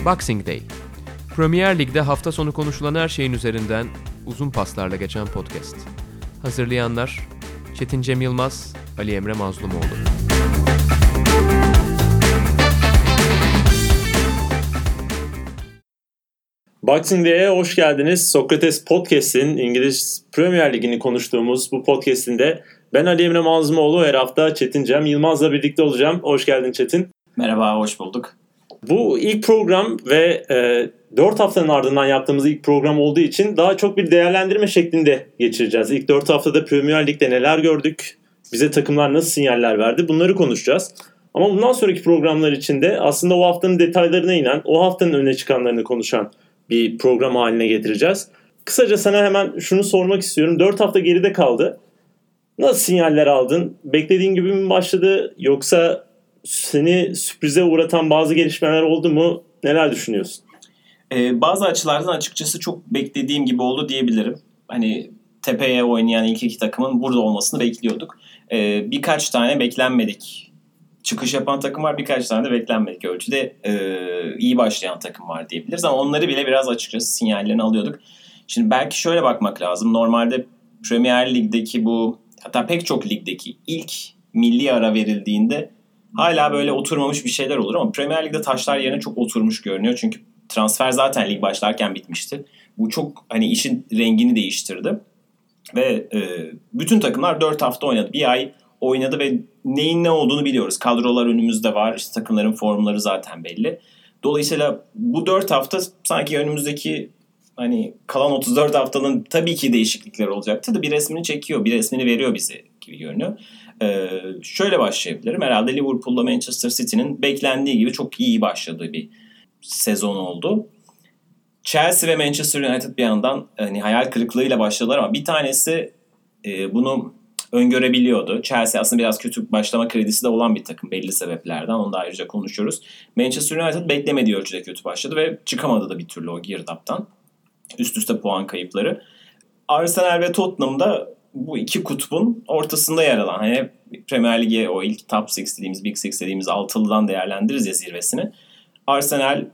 Boxing Day. Premier Lig'de hafta sonu konuşulan her şeyin üzerinden uzun paslarla geçen podcast. Hazırlayanlar Çetin Cem Yılmaz, Ali Emre Mazlumoğlu. Boxing Day'e hoş geldiniz. Sokrates Podcast'in İngiliz Premier Ligi'ni konuştuğumuz bu podcast'inde ben Ali Emre Mazlumoğlu, her hafta Çetin Cem Yılmaz'la birlikte olacağım. Hoş geldin Çetin. Merhaba, hoş bulduk. Bu ilk program ve 4 haftanın ardından yaptığımız ilk program olduğu için daha çok bir değerlendirme şeklinde geçireceğiz. İlk 4 haftada Premier Lig'de neler gördük, bize takımlar nasıl sinyaller verdi, bunları konuşacağız. Ama bundan sonraki programlar için de aslında o haftanın detaylarına inen, o haftanın öne çıkanlarını konuşan bir program haline getireceğiz. Kısaca sana hemen şunu sormak istiyorum. 4 hafta geride kaldı. Nasıl sinyaller aldın? Beklediğin gibi mi başladı, yoksa seni sürprize uğratan bazı gelişmeler oldu mu? Neler düşünüyorsun? Bazı açılardan açıkçası çok beklediğim gibi oldu diyebilirim. Hani tepeye oynayan ilk iki takımın burada olmasını bekliyorduk. Birkaç tane beklenmedik çıkış yapan takım var. Birkaç tane de beklenmedik ölçüde iyi başlayan takım var diyebiliriz. Ama onları bile biraz açıkçası sinyallerini alıyorduk. Şimdi belki şöyle bakmak lazım. Normalde Premier Lig'deki hatta pek çok ligdeki ilk milli ara verildiğinde hala böyle oturmamış bir şeyler olur ama Premier Lig'de taşlar yerine çok oturmuş görünüyor. Çünkü transfer zaten lig başlarken bitmişti. Bu çok işin rengini değiştirdi. Ve bütün takımlar 4 hafta oynadı. Bir ay oynadı ve neyin ne olduğunu biliyoruz. Kadrolar önümüzde var. İşte takımların formları zaten belli. Dolayısıyla bu 4 hafta sanki önümüzdeki kalan 34 haftanın tabii ki değişiklikler olacaktı da bir resmini çekiyor, bir resmini veriyor bize gibi görünüyor. Şöyle başlayabilirim. Herhalde Liverpool'la Manchester City'nin beklendiği gibi çok iyi başladığı bir sezon oldu. Chelsea ve Manchester United bir yandan hayal kırıklığıyla başladılar ama bir tanesi bunu öngörebiliyordu. Chelsea aslında biraz kötü başlama kredisi de olan bir takım belli sebeplerden. Onu da ayrıca konuşuyoruz. Manchester United beklemediği ölçüde kötü başladı ve çıkamadı da bir türlü o girdaptan. Üst üste puan kayıpları. Arsenal ve Tottenham'da bu iki kutbun ortasında yer alan, Premier Lig'e o ilk top 6 dediğimiz, Big 6 dediğimiz altılıdan değerlendiririz ya zirvesini. Arsenal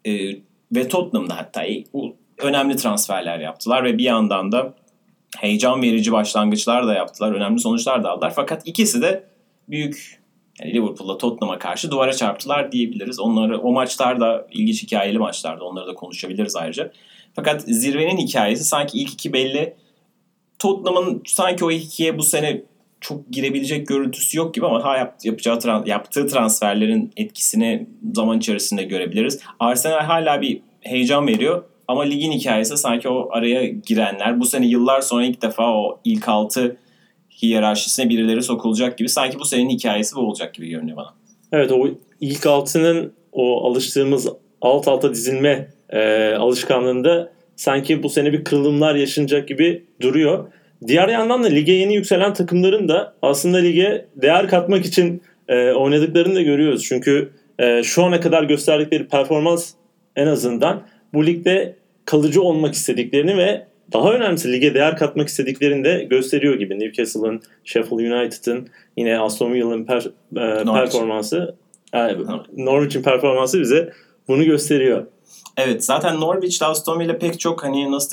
ve Tottenham'da hatta önemli transferler yaptılar ve bir yandan da heyecan verici başlangıçlar da yaptılar. Önemli sonuçlar da aldılar. Fakat ikisi de büyük Liverpool'la Tottenham'a karşı duvara çarptılar diyebiliriz. O maçlar da ilginç hikayeli maçlardı. Onları da konuşabiliriz ayrıca. Fakat zirvenin hikayesi sanki ilk iki belli. Tottenham'ın sanki o ilk ikiye bu sene çok girebilecek görüntüsü yok gibi ama yaptığı transferlerin etkisini zaman içerisinde görebiliriz. Arsenal hala bir heyecan veriyor ama ligin hikayesi sanki o araya girenler. Bu sene yıllar sonra ilk defa o ilk 6 hiyerarşisine birileri sokulacak gibi. Sanki bu senenin hikayesi bu olacak gibi görünüyor bana. Evet, o ilk 6'nın o alıştığımız alt alta dizilme alışkanlığında sanki bu sene bir kırılımlar yaşanacak gibi duruyor. Diğer yandan da lige yeni yükselen takımların da aslında lige değer katmak için oynadıklarını da görüyoruz. Çünkü şu ana kadar gösterdikleri performans en azından bu ligde kalıcı olmak istediklerini ve daha önemlisi lige değer katmak istediklerini de gösteriyor gibi. Newcastle'ın, Sheffield United'ın, yine Aston Villa'nın performansı, Norwich'in performansı bize bunu gösteriyor. Evet, zaten Norwich'le Aston Villa pek çok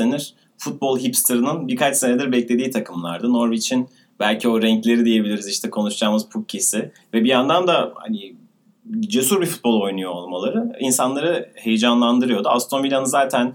futbol hipsterının birkaç senedir beklediği takımlardı. Norwich'in belki o renkleri diyebiliriz, işte konuşacağımız Pukki'si ve bir yandan da cesur bir futbol oynuyor olmaları insanları heyecanlandırıyordu. Aston Villa'nın zaten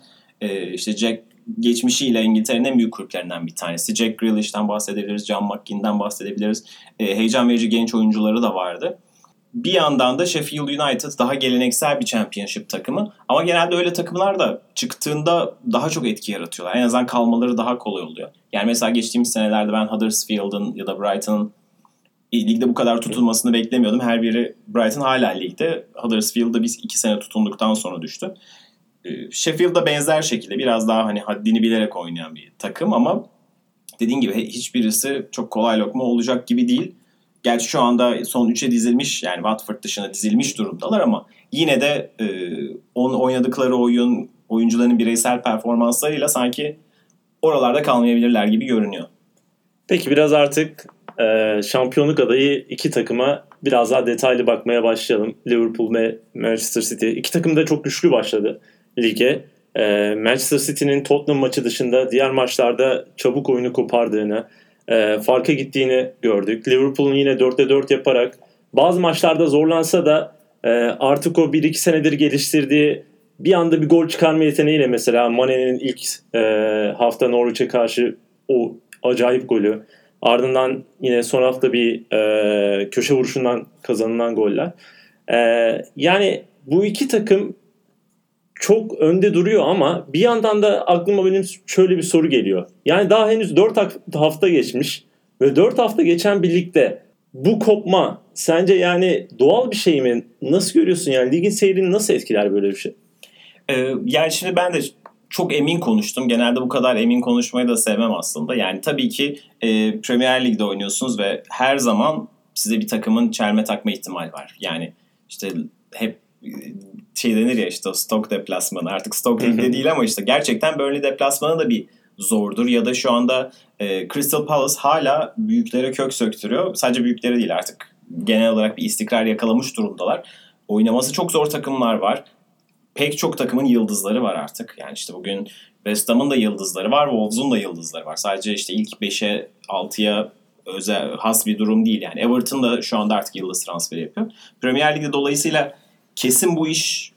Jack geçmişiyle İngiltere'nin en büyük kulüplerinden bir tanesi. Jack Grealish'ten bahsedebiliriz, John McGinn'den bahsedebiliriz. Heyecan verici genç oyuncuları da vardı. Bir yandan da Sheffield United daha geleneksel bir championship takımı. Ama genelde öyle takımlar da çıktığında daha çok etki yaratıyorlar. En azından kalmaları daha kolay oluyor. Yani mesela geçtiğimiz senelerde ben Huddersfield'ın ya da Brighton'ın ligde bu kadar tutulmasını beklemiyordum. Her biri, Brighton hala ligde. Huddersfield'da biz 2 sene tutunduktan sonra düştü. Sheffield'da benzer şekilde biraz daha haddini bilerek oynayan bir takım ama dediğin gibi hiçbirisi çok kolay lokma olacak gibi değil. Gerçi şu anda son 3'e dizilmiş, yani Watford dışına dizilmiş durumdalar ama yine de oynadıkları oyuncuların bireysel performanslarıyla sanki oralarda kalmayabilirler gibi görünüyor. Peki biraz artık şampiyonluk adayı iki takıma biraz daha detaylı bakmaya başlayalım. Liverpool ve Manchester City. İki takım da çok güçlü başladı lige. Manchester City'nin Tottenham maçı dışında diğer maçlarda çabuk oyunu kopardığını, farka gittiğini gördük. Liverpool'un yine 4'te 4 yaparak bazı maçlarda zorlansa da artık o 1-2 senedir geliştirdiği bir anda bir gol çıkarma yeteneğiyle, mesela Mane'nin ilk hafta Norwich'e karşı o acayip golü, ardından yine son hafta bir köşe vuruşundan kazanılan goller. Yani bu iki takım çok önde duruyor ama bir yandan da aklıma benim şöyle bir soru geliyor. Yani daha henüz 4 hafta geçmiş ve 4 hafta geçen birlikte bu kopma sence yani doğal bir şey mi? Nasıl görüyorsun yani ligin seyrini nasıl etkiler böyle bir şey? Yani şimdi ben de çok emin konuştum. Genelde bu kadar emin konuşmayı da sevmem aslında. Yani tabii ki Premier Lig'de oynuyorsunuz ve her zaman size bir takımın çelme takma ihtimali var. Yani işte hep şey denir ya, işte Stoke deplasmanı. Artık Stoke Lig'de değil ama işte gerçekten Burnley deplasmanı da bir zordur. Ya da şu anda Crystal Palace hala büyüklere kök söktürüyor. Sadece büyüklere değil, artık genel olarak bir istikrar yakalamış durumdalar. Oynaması çok zor takımlar var. Pek çok takımın yıldızları var artık. Yani işte bugün West Ham'ın da yıldızları var, Wolves'un da yıldızları var. Sadece işte ilk 5'e 6'ya has bir durum değil yani. Everton da şu anda artık yıldız transferi yapıyor. Premier Lig'de dolayısıyla kesin bu iş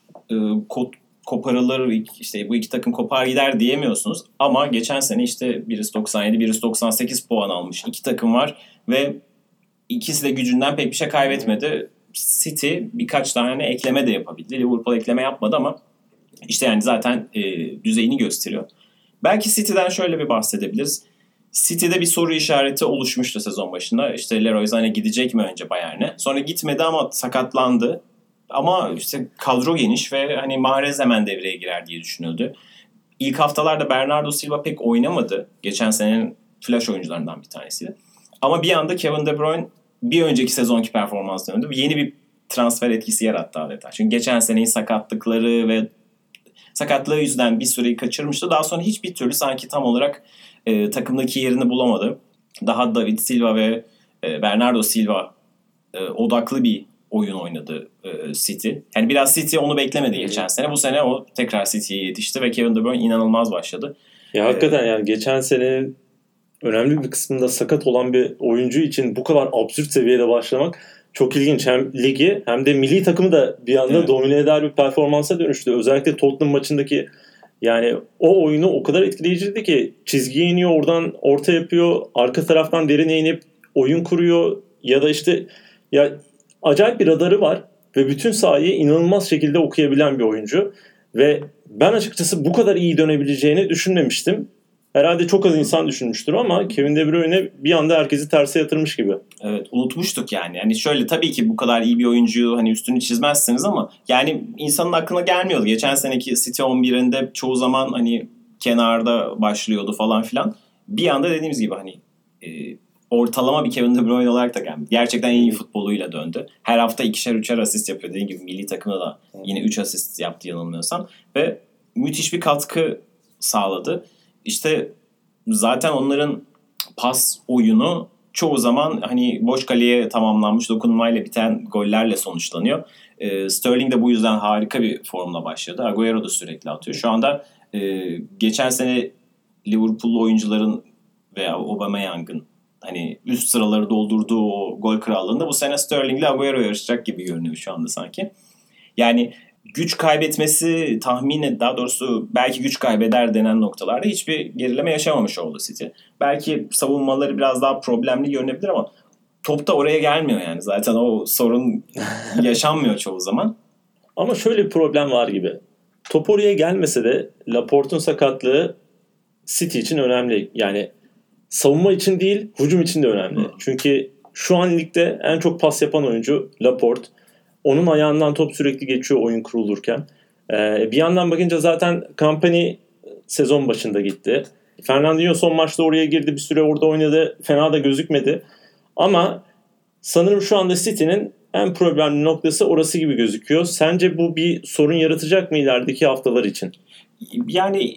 koparılır, işte bu iki takım kopar gider diyemiyorsunuz. Ama geçen sene işte birisi 97, birisi 98 puan almış iki takım var ve ikisi de gücünden pek bir şey kaybetmedi. City birkaç tane ekleme de yapabildi. Liverpool ekleme yapmadı ama işte yani zaten düzeyini gösteriyor. Belki City'den şöyle bir bahsedebiliriz. City'de bir soru işareti oluşmuştu sezon başında. İşte Leroy Sané gidecek mi önce Bayern'e? Sonra gitmedi ama sakatlandı. Ama işte kadro geniş ve hani Mahrez hemen devreye girer diye düşünüldü. İlk haftalarda Bernardo Silva pek oynamadı. Geçen senenin flash oyuncularından bir tanesiydi. Ama bir anda Kevin De Bruyne bir önceki sezonki performansına döndü. Yeni bir transfer etkisi yarattı adeta. Çünkü geçen senenin sakatlıkları ve sakatlığı yüzünden bir süreyi kaçırmıştı. Daha sonra hiçbir türlü sanki tam olarak takımdaki yerini bulamadı. Daha David Silva ve Bernardo Silva odaklı bir oyun oynadı City. Yani biraz City onu beklemedi geçen sene. Bu sene o tekrar City'ye yetişti ve Kevin De Bruyne inanılmaz başladı. Ya hakikaten yani geçen senenin önemli bir kısmında sakat olan bir oyuncu için bu kadar absürt seviyede başlamak çok ilginç. Hem ligi hem de milli takımı da bir anda domine eder bir performansa dönüştü. Özellikle Tottenham maçındaki yani o oyunu o kadar etkileyiciydi ki çizgiye iniyor, oradan orta yapıyor, arka taraftan derine inip oyun kuruyor ya da işte ya acayip bir radarı var ve bütün sahayı inanılmaz şekilde okuyabilen bir oyuncu ve ben açıkçası bu kadar iyi dönebileceğini düşünmemiştim. Herhalde çok az insan düşünmüştür ama Kevin De Bruyne bir anda herkesi terse yatırmış gibi. Evet, unutmuştuk yani. Yani şöyle, tabii ki bu kadar iyi bir oyuncuyu hani üstünü çizmezsiniz ama yani insanın aklına gelmiyordu. Geçen seneki City 11'inde çoğu zaman hani kenarda başlıyordu falan filan. Bir anda dediğimiz gibi hani ortalama bir Kevin De Bruyne olarak da geldi. Gerçekten en iyi futboluyla döndü. Her hafta 2'şer asist yapıyor. Dediğim gibi milli takımda da yine 3 asist yaptı yanılmıyorsam. Ve müthiş bir katkı sağladı. İşte zaten onların pas oyunu çoğu zaman hani boş kaleye tamamlanmış dokunmayla biten gollerle sonuçlanıyor. Sterling de bu yüzden harika bir formla başladı. Agüero da sürekli atıyor. Şu anda geçen sene Liverpool'lu oyuncuların veya Aubameyang'ın hani üst sıraları doldurduğu o gol krallığında bu sene Sterling ile Agüero yarışacak gibi görünüyor şu anda sanki. Yani güç kaybetmesi daha doğrusu belki güç kaybeder denen noktalarda hiçbir gerileme yaşamamış oldu City. Belki savunmaları biraz daha problemli görünebilir ama top da oraya gelmiyor yani. Zaten o sorun yaşanmıyor çoğu zaman. Ama şöyle bir problem var gibi. Top oraya gelmese de Laporte'un sakatlığı City için önemli. Yani savunma için değil, hücum için de önemli. Çünkü şu an ligde en çok pas yapan oyuncu Laporte. Onun ayağından top sürekli geçiyor oyun kurulurken. Bir yandan bakınca zaten Kompany sezon başında gitti. Fernandinho son maçta oraya girdi. Bir süre orada oynadı. Fena da gözükmedi. Ama sanırım şu anda City'nin en problemli noktası orası gibi gözüküyor. Sence bu bir sorun yaratacak mı ilerideki haftalar için? Yani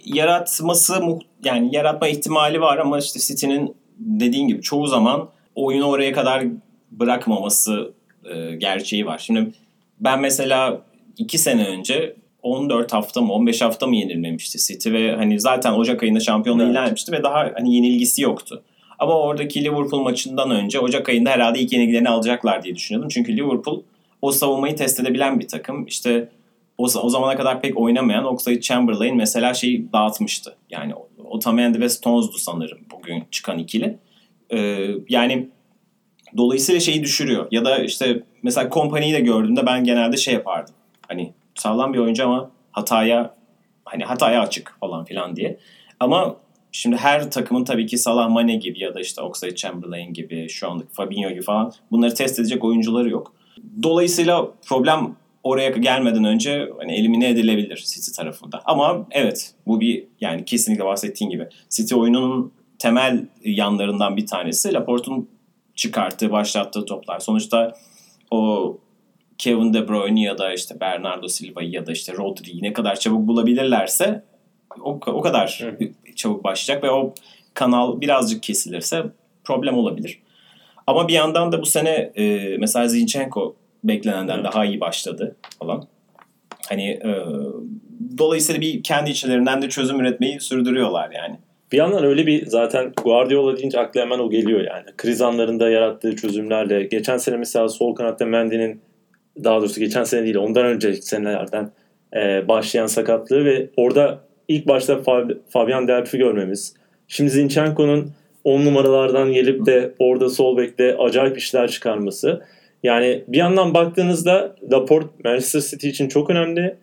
yaratma ihtimali var ama işte City'nin dediğin gibi çoğu zaman oyunu oraya kadar bırakmaması gerçeği var. Şimdi ben mesela 2 sene önce 14 hafta mı 15 hafta mı yenilmemişti City ve hani zaten Ocak ayında şampiyonluğu ilan etmişti ve daha hani yenilgisi yoktu. Ama oradaki Liverpool maçından önce Ocak ayında herhalde ilk yenilgilerini alacaklar diye düşünüyordum. Çünkü Liverpool o savunmayı test edebilen bir takım. İşte o zamana kadar pek oynamayan Oxlade-Chamberlain mesela şeyi dağıtmıştı. Yani Otamendi ve Stones'du sanırım bugün çıkan ikili. Yani dolayısıyla şeyi düşürüyor. Ya da işte mesela Kompany'yi de gördüğümde ben genelde şey yapardım. Hani sağlam bir oyuncu ama hataya açık falan filan diye. Ama şimdi her takımın tabii ki Salah, Mane gibi ya da işte Oxlade-Chamberlain gibi şu anlık Fabinho gibi falan bunları test edecek oyuncuları yok. Dolayısıyla problem oraya gelmeden önce hani elimine edilebilir City tarafında. Ama evet bu bir yani kesinlikle bahsettiğin gibi City oyununun temel yanlarından bir tanesi Laporte'un çıkarttığı, başlattığı toplar. Sonuçta o Kevin De Bruyne ya da işte Bernardo Silva'yı ya da işte Rodri'yi ne kadar çabuk bulabilirlerse o kadar çabuk başlayacak ve o kanal birazcık kesilirse problem olabilir. Ama bir yandan da bu sene mesela Zinchenko beklenenden daha iyi başladı falan. Hani dolayısıyla bir kendi içlerinden de çözüm üretmeyi sürdürüyorlar yani. Bir yandan öyle bir zaten Guardiola deyince akla hemen o geliyor yani. Kriz anlarında yarattığı çözümlerle. Geçen sene mesela sol kanatta Mendy'nin daha doğrusu geçen sene değil ondan önceki senelerden başlayan sakatlığı ve orada ilk başta Fabian Delph'i görmemiz. Şimdi Zinchenko'nun 10 numaralardan gelip de orada sol bekte acayip işler çıkarması. Yani bir yandan baktığınızda Laporte Manchester City için çok önemli.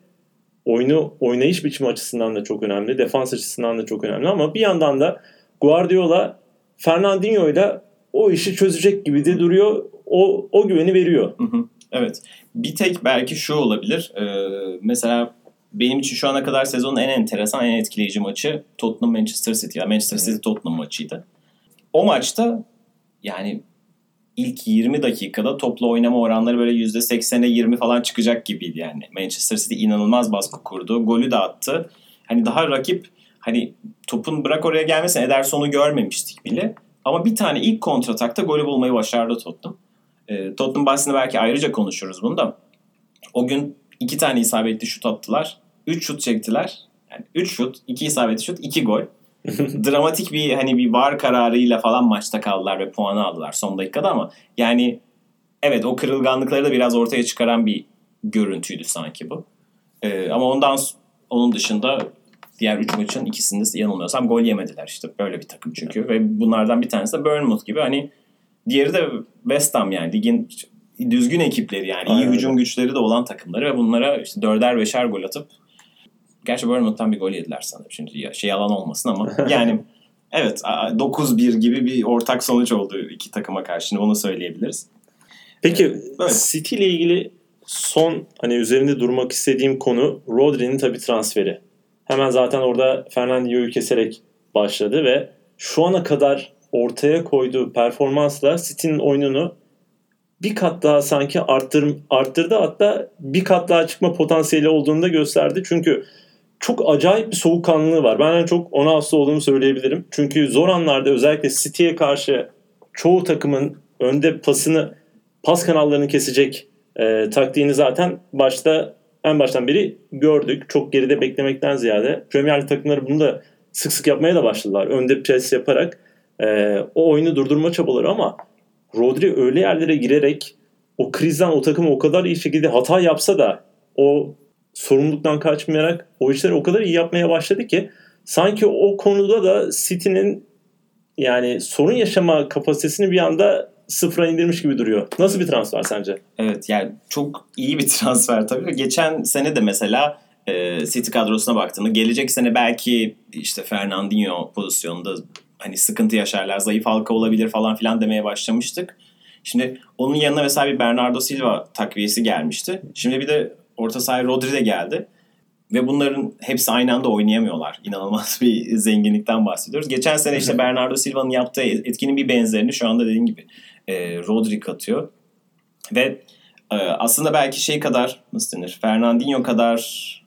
Oynayış biçimi açısından da çok önemli. Defans açısından da çok önemli ama bir yandan da Guardiola Fernandinho'yla o işi çözecek gibi de duruyor. O güveni veriyor. Evet. Bir tek belki şu olabilir. Mesela benim için şu ana kadar sezonun en enteresan, en etkileyici maçı Tottenham Manchester City. Yani Manchester City Tottenham maçıydı. O maçta yani ilk 20 dakikada toplu oynama oranları böyle %80'e 20 falan çıkacak gibiydi yani. Manchester City inanılmaz baskı kurdu. Golü de attı. Hani daha rakip hani topun bırak oraya gelmesin Ederson'u görmemiştik bile. Ama bir tane ilk kontratakta golü bulmayı başardı Tottenham. Tottenham bahsinde belki ayrıca konuşuruz bunu da. O gün 2 tane isabetli şut attılar. 3 şut çektiler. Yani 3 şut, 2 isabetli şut, 2 gol. Dramatik bir hani bir VAR kararıyla falan maçta kaldılar ve puanı aldılar son dakikada ama yani evet o kırılganlıkları da biraz ortaya çıkaran bir görüntüydü sanki bu. Ama onun dışında diğer 3 maçın ikisinde yanılmıyorsam gol yemediler işte böyle bir takım çünkü ve bunlardan bir tanesi de Bournemouth gibi hani diğeri de West Ham yani ligin düzgün ekipleri yani iyi hücum güçleri de olan takımları ve bunlara işte 4'er 5'er gol atıp gerçi Bournemouth'tan bir gol yediler sanırım. Şimdi yalan olmasın ama yani evet 9-1 gibi bir ortak sonuç oldu iki takıma karşı. Onu söyleyebiliriz. Peki City ile ilgili son hani üzerinde durmak istediğim konu Rodri'nin tabii transferi. Hemen zaten orada Fernandinho'yu keserek başladı ve şu ana kadar ortaya koyduğu performansla City'nin oyununu bir kat daha sanki arttırdı hatta bir kat daha çıkma potansiyeli olduğunu da gösterdi. Çünkü çok acayip bir soğukkanlılığı var. Ben çok ona hasta olduğumu söyleyebilirim. Çünkü zor anlarda özellikle City'ye karşı çoğu takımın önde pas kanallarını kesecek taktiğini zaten en baştan beri gördük. Çok geride beklemekten ziyade Premier Lig takımları bunu da sık sık yapmaya da başladılar. Önde pres yaparak o oyunu durdurma çabaları ama Rodri öyle yerlere girerek o krizden o takımı o kadar iyi şekilde hata yapsa da o sorumluluktan kaçmayarak o işleri o kadar iyi yapmaya başladı ki sanki o konuda da City'nin yani sorun yaşama kapasitesini bir anda sıfıra indirmiş gibi duruyor. Nasıl bir transfer sence? Evet yani çok iyi bir transfer tabii. Geçen sene de mesela City kadrosuna baktığımda gelecek sene belki işte Fernandinho pozisyonunda hani sıkıntı yaşarlar, zayıf halka olabilir falan filan demeye başlamıştık. Şimdi onun yanına mesela bir Bernardo Silva takviyesi gelmişti. Şimdi bir de orta sahaya Rodri de geldi. Ve bunların hepsi aynı anda oynayamıyorlar. İnanılmaz bir zenginlikten bahsediyoruz. Geçen sene işte Bernardo Silva'nın yaptığı etkinin bir benzerini şu anda dediğim gibi Rodri katıyor. Ve aslında belki şey kadar nasıl denir? Fernandinho kadar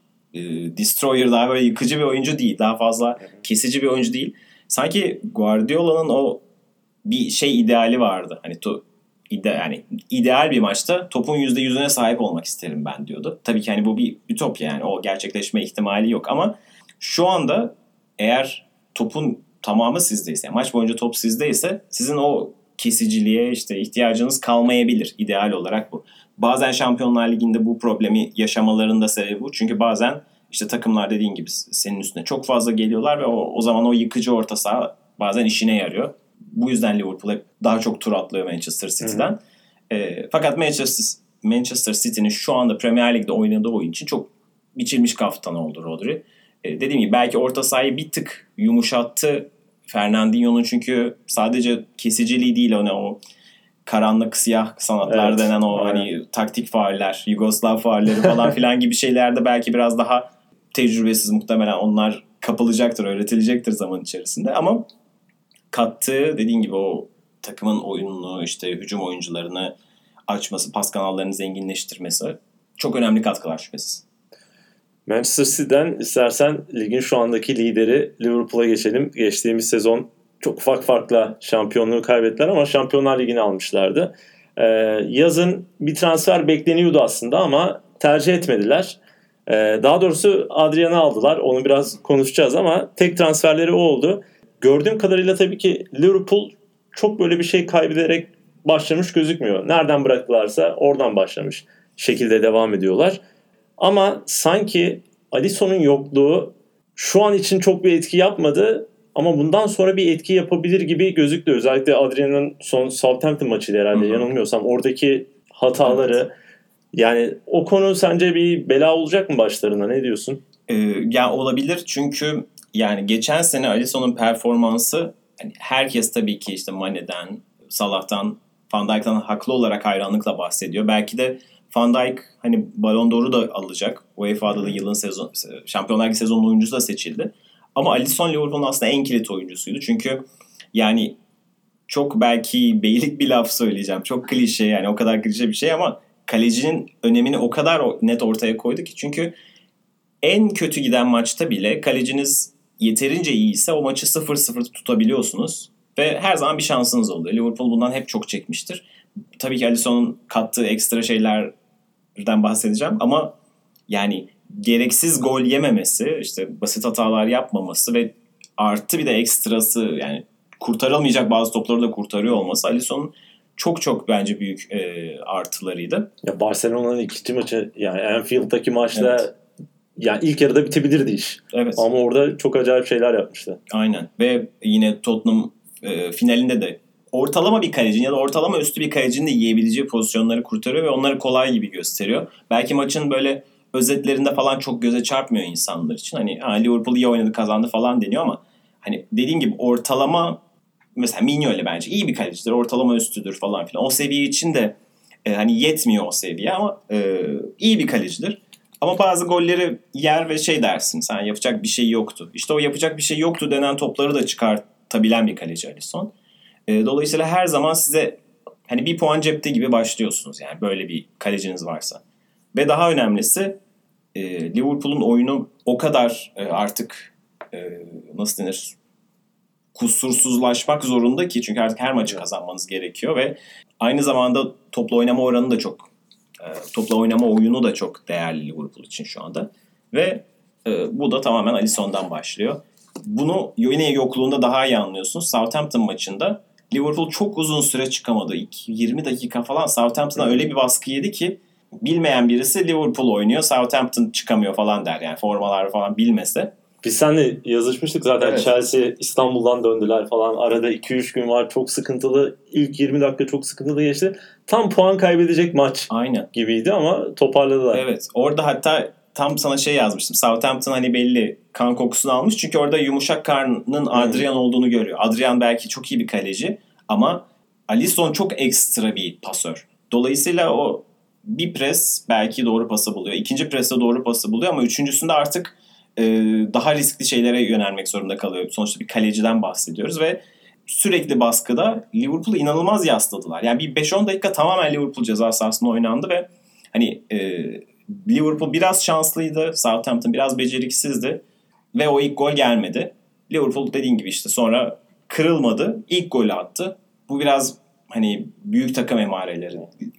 destroyer daha böyle yıkıcı bir oyuncu değil. Daha fazla kesici bir oyuncu değil. Sanki Guardiola'nın o bir şey ideali vardı. Hani yani ideal bir maçta topun %100'üne sahip olmak isterim ben diyordu. Tabii ki hani bu bir ütopya, yani o gerçekleşme ihtimali yok ama şu anda eğer topun tamamı sizdeyse, yani maç boyunca top sizdeyse sizin o kesiciliğe işte ihtiyacınız kalmayabilir. İdeal olarak bu. Bazen Şampiyonlar Ligi'nde bu problemi yaşamalarının da sebebi bu. Çünkü bazen işte takımlar dediğin gibi senin üstüne çok fazla geliyorlar ve o zaman o yıkıcı orta saha bazen işine yarıyor. Bu yüzden Liverpool hep daha çok tur atlıyor Manchester City'den. Fakat Manchester City'nin şu anda Premier Lig'de oynadığı oyun için çok biçilmiş kaftan oldu Rodri. Dediğim gibi belki orta sahayı bir tık yumuşattı Fernandinho'nun, çünkü sadece kesiciliği değil, o karanlık siyah sanatlar denen o hani taktik fauller, Yugoslav faulleri falan filan gibi şeylerde belki biraz daha tecrübesiz, muhtemelen onlar kapılacaktır, öğretilecektir zaman içerisinde ama kattığı dediğin gibi o takımın oyununu, işte hücum oyuncularını açması, pas kanallarını zenginleştirmesi çok önemli katkılar şüphesiz. Manchester City'den istersen ligin şu andaki lideri Liverpool'a geçelim. Geçtiğimiz sezon çok ufak farkla şampiyonluğu kaybettiler ama Şampiyonlar Ligi'ni almışlardı. Yazın bir transfer bekleniyordu aslında ama tercih etmediler. Daha doğrusu Adrian'ı aldılar. Onu biraz konuşacağız ama tek transferleri o oldu. Gördüğüm kadarıyla tabii ki Liverpool çok böyle bir şey kaybederek başlamış gözükmüyor. Nereden bıraktılarsa oradan başlamış şekilde devam ediyorlar. Ama sanki Alisson'un yokluğu şu an için çok bir etki yapmadı ama bundan sonra bir etki yapabilir gibi gözüktü. Özellikle Adrian'ın son Southampton maçıydı herhalde, yanılmıyorsam. Oradaki hataları, yani o konu sence bir bela olacak mı başlarına? Ne diyorsun? Ya olabilir, çünkü yani geçen sene Alisson'un performansı, yani herkes tabii ki işte Mane'den, Salah'tan, Van Dijk'tan haklı olarak hayranlıkla bahsediyor. Belki de Van Dijk hani Ballon d'Or'u da alacak. UEFA'da da yılın Şampiyonlar Ligi sezonun oyuncusu da seçildi. Ama Alisson Liverpool'un aslında en kilit oyuncusuydu. Çünkü yani çok belki beylik bir laf söyleyeceğim. Çok klişe, yani o kadar klişe bir şey ama kalecinin önemini o kadar net ortaya koydu ki. Çünkü en kötü giden maçta bile kaleciniz yeterince iyiyse o maçı 0-0 tutabiliyorsunuz. Ve her zaman bir şansınız oluyor. Liverpool bundan hep çok çekmiştir. Tabii ki Alisson'un kattığı ekstra şeylerden bahsedeceğim ama yani gereksiz gol yememesi, işte basit hatalar yapmaması ve artı bir de ekstrası, yani kurtarılmayacak bazı topları da kurtarıyor olması Alisson'un çok çok bence büyük artılarıydı. Ya Barcelona'nın ikinci maçı, yani Anfield'daki maçta yani ilk yarıda bitebilirdi iş. Evet. Ama orada çok acayip şeyler yapmıştı. Aynen. Ve yine Tottenham finalinde de ortalama bir kalecinin ya da ortalama üstü bir kalecinin de yiyebileceği pozisyonları kurtarıyor ve onları kolay gibi gösteriyor. Belki maçın böyle özetlerinde falan çok göze çarpmıyor insanlar için. Hani Liverpool iyi oynadı, kazandı falan deniyor ama hani dediğim gibi ortalama, mesela Mignolet bence iyi bir kalecidir, ortalama üstüdür falan filan. O seviye için de hani yetmiyor o seviye ama iyi bir kalecidir. Ama bazı golleri yer ve şey dersin, sen yapacak bir şey yoktu. İşte o yapacak bir şey yoktu denen topları da çıkartabilen bir kaleci Alisson. Dolayısıyla her zaman size hani bir puan cepte gibi başlıyorsunuz, yani böyle bir kaleciniz varsa. Ve daha önemlisi Liverpool'un oyunu o kadar artık nasıl denir, kusursuzlaşmak zorunda ki, çünkü artık her maçı kazanmanız gerekiyor ve aynı zamanda topla oynama oranı da çok, topla oynama oyunu da çok değerli Liverpool için şu anda. Ve bu da tamamen Alisson'dan başlıyor. Bunu yine yokluğunda daha iyi anlıyorsunuz. Southampton maçında Liverpool çok uzun süre çıkamadı. 20 dakika falan Southampton'a öyle bir baskı yedi ki bilmeyen birisi Liverpool oynuyor, Southampton çıkamıyor falan der. Yani formalar falan bilmese. Biz seninle yazışmıştık zaten. Evet. Chelsea İstanbul'dan döndüler falan. Arada 2-3 gün var. Çok sıkıntılı. İlk 20 dakika çok sıkıntılı geçti. Tam puan kaybedecek maç Aynen gibiydi ama toparladılar. Evet. Orada hatta tam sana şey yazmıştım. Southampton hani belli kan kokusunu almış. Çünkü orada yumuşak karnının Adrian olduğunu görüyor. Adrian belki çok iyi bir kaleci ama Alisson çok ekstra bir pasör. Dolayısıyla o bir pres belki doğru pası buluyor. İkinci preste doğru pası buluyor ama üçüncüsünde artık daha riskli şeylere yönelmek zorunda kalıyor. Sonuçta bir kaleciden bahsediyoruz ve sürekli baskıda Liverpool'u inanılmaz yasladılar. Yani bir 5-10 dakika tamamen Liverpool ceza sahasında oynandı ve hani Liverpool biraz şanslıydı. Southampton biraz beceriksizdi. Ve o ilk gol gelmedi. Liverpool dediğin gibi işte sonra kırılmadı. İlk golü attı. Bu biraz hani büyük takım emareleri.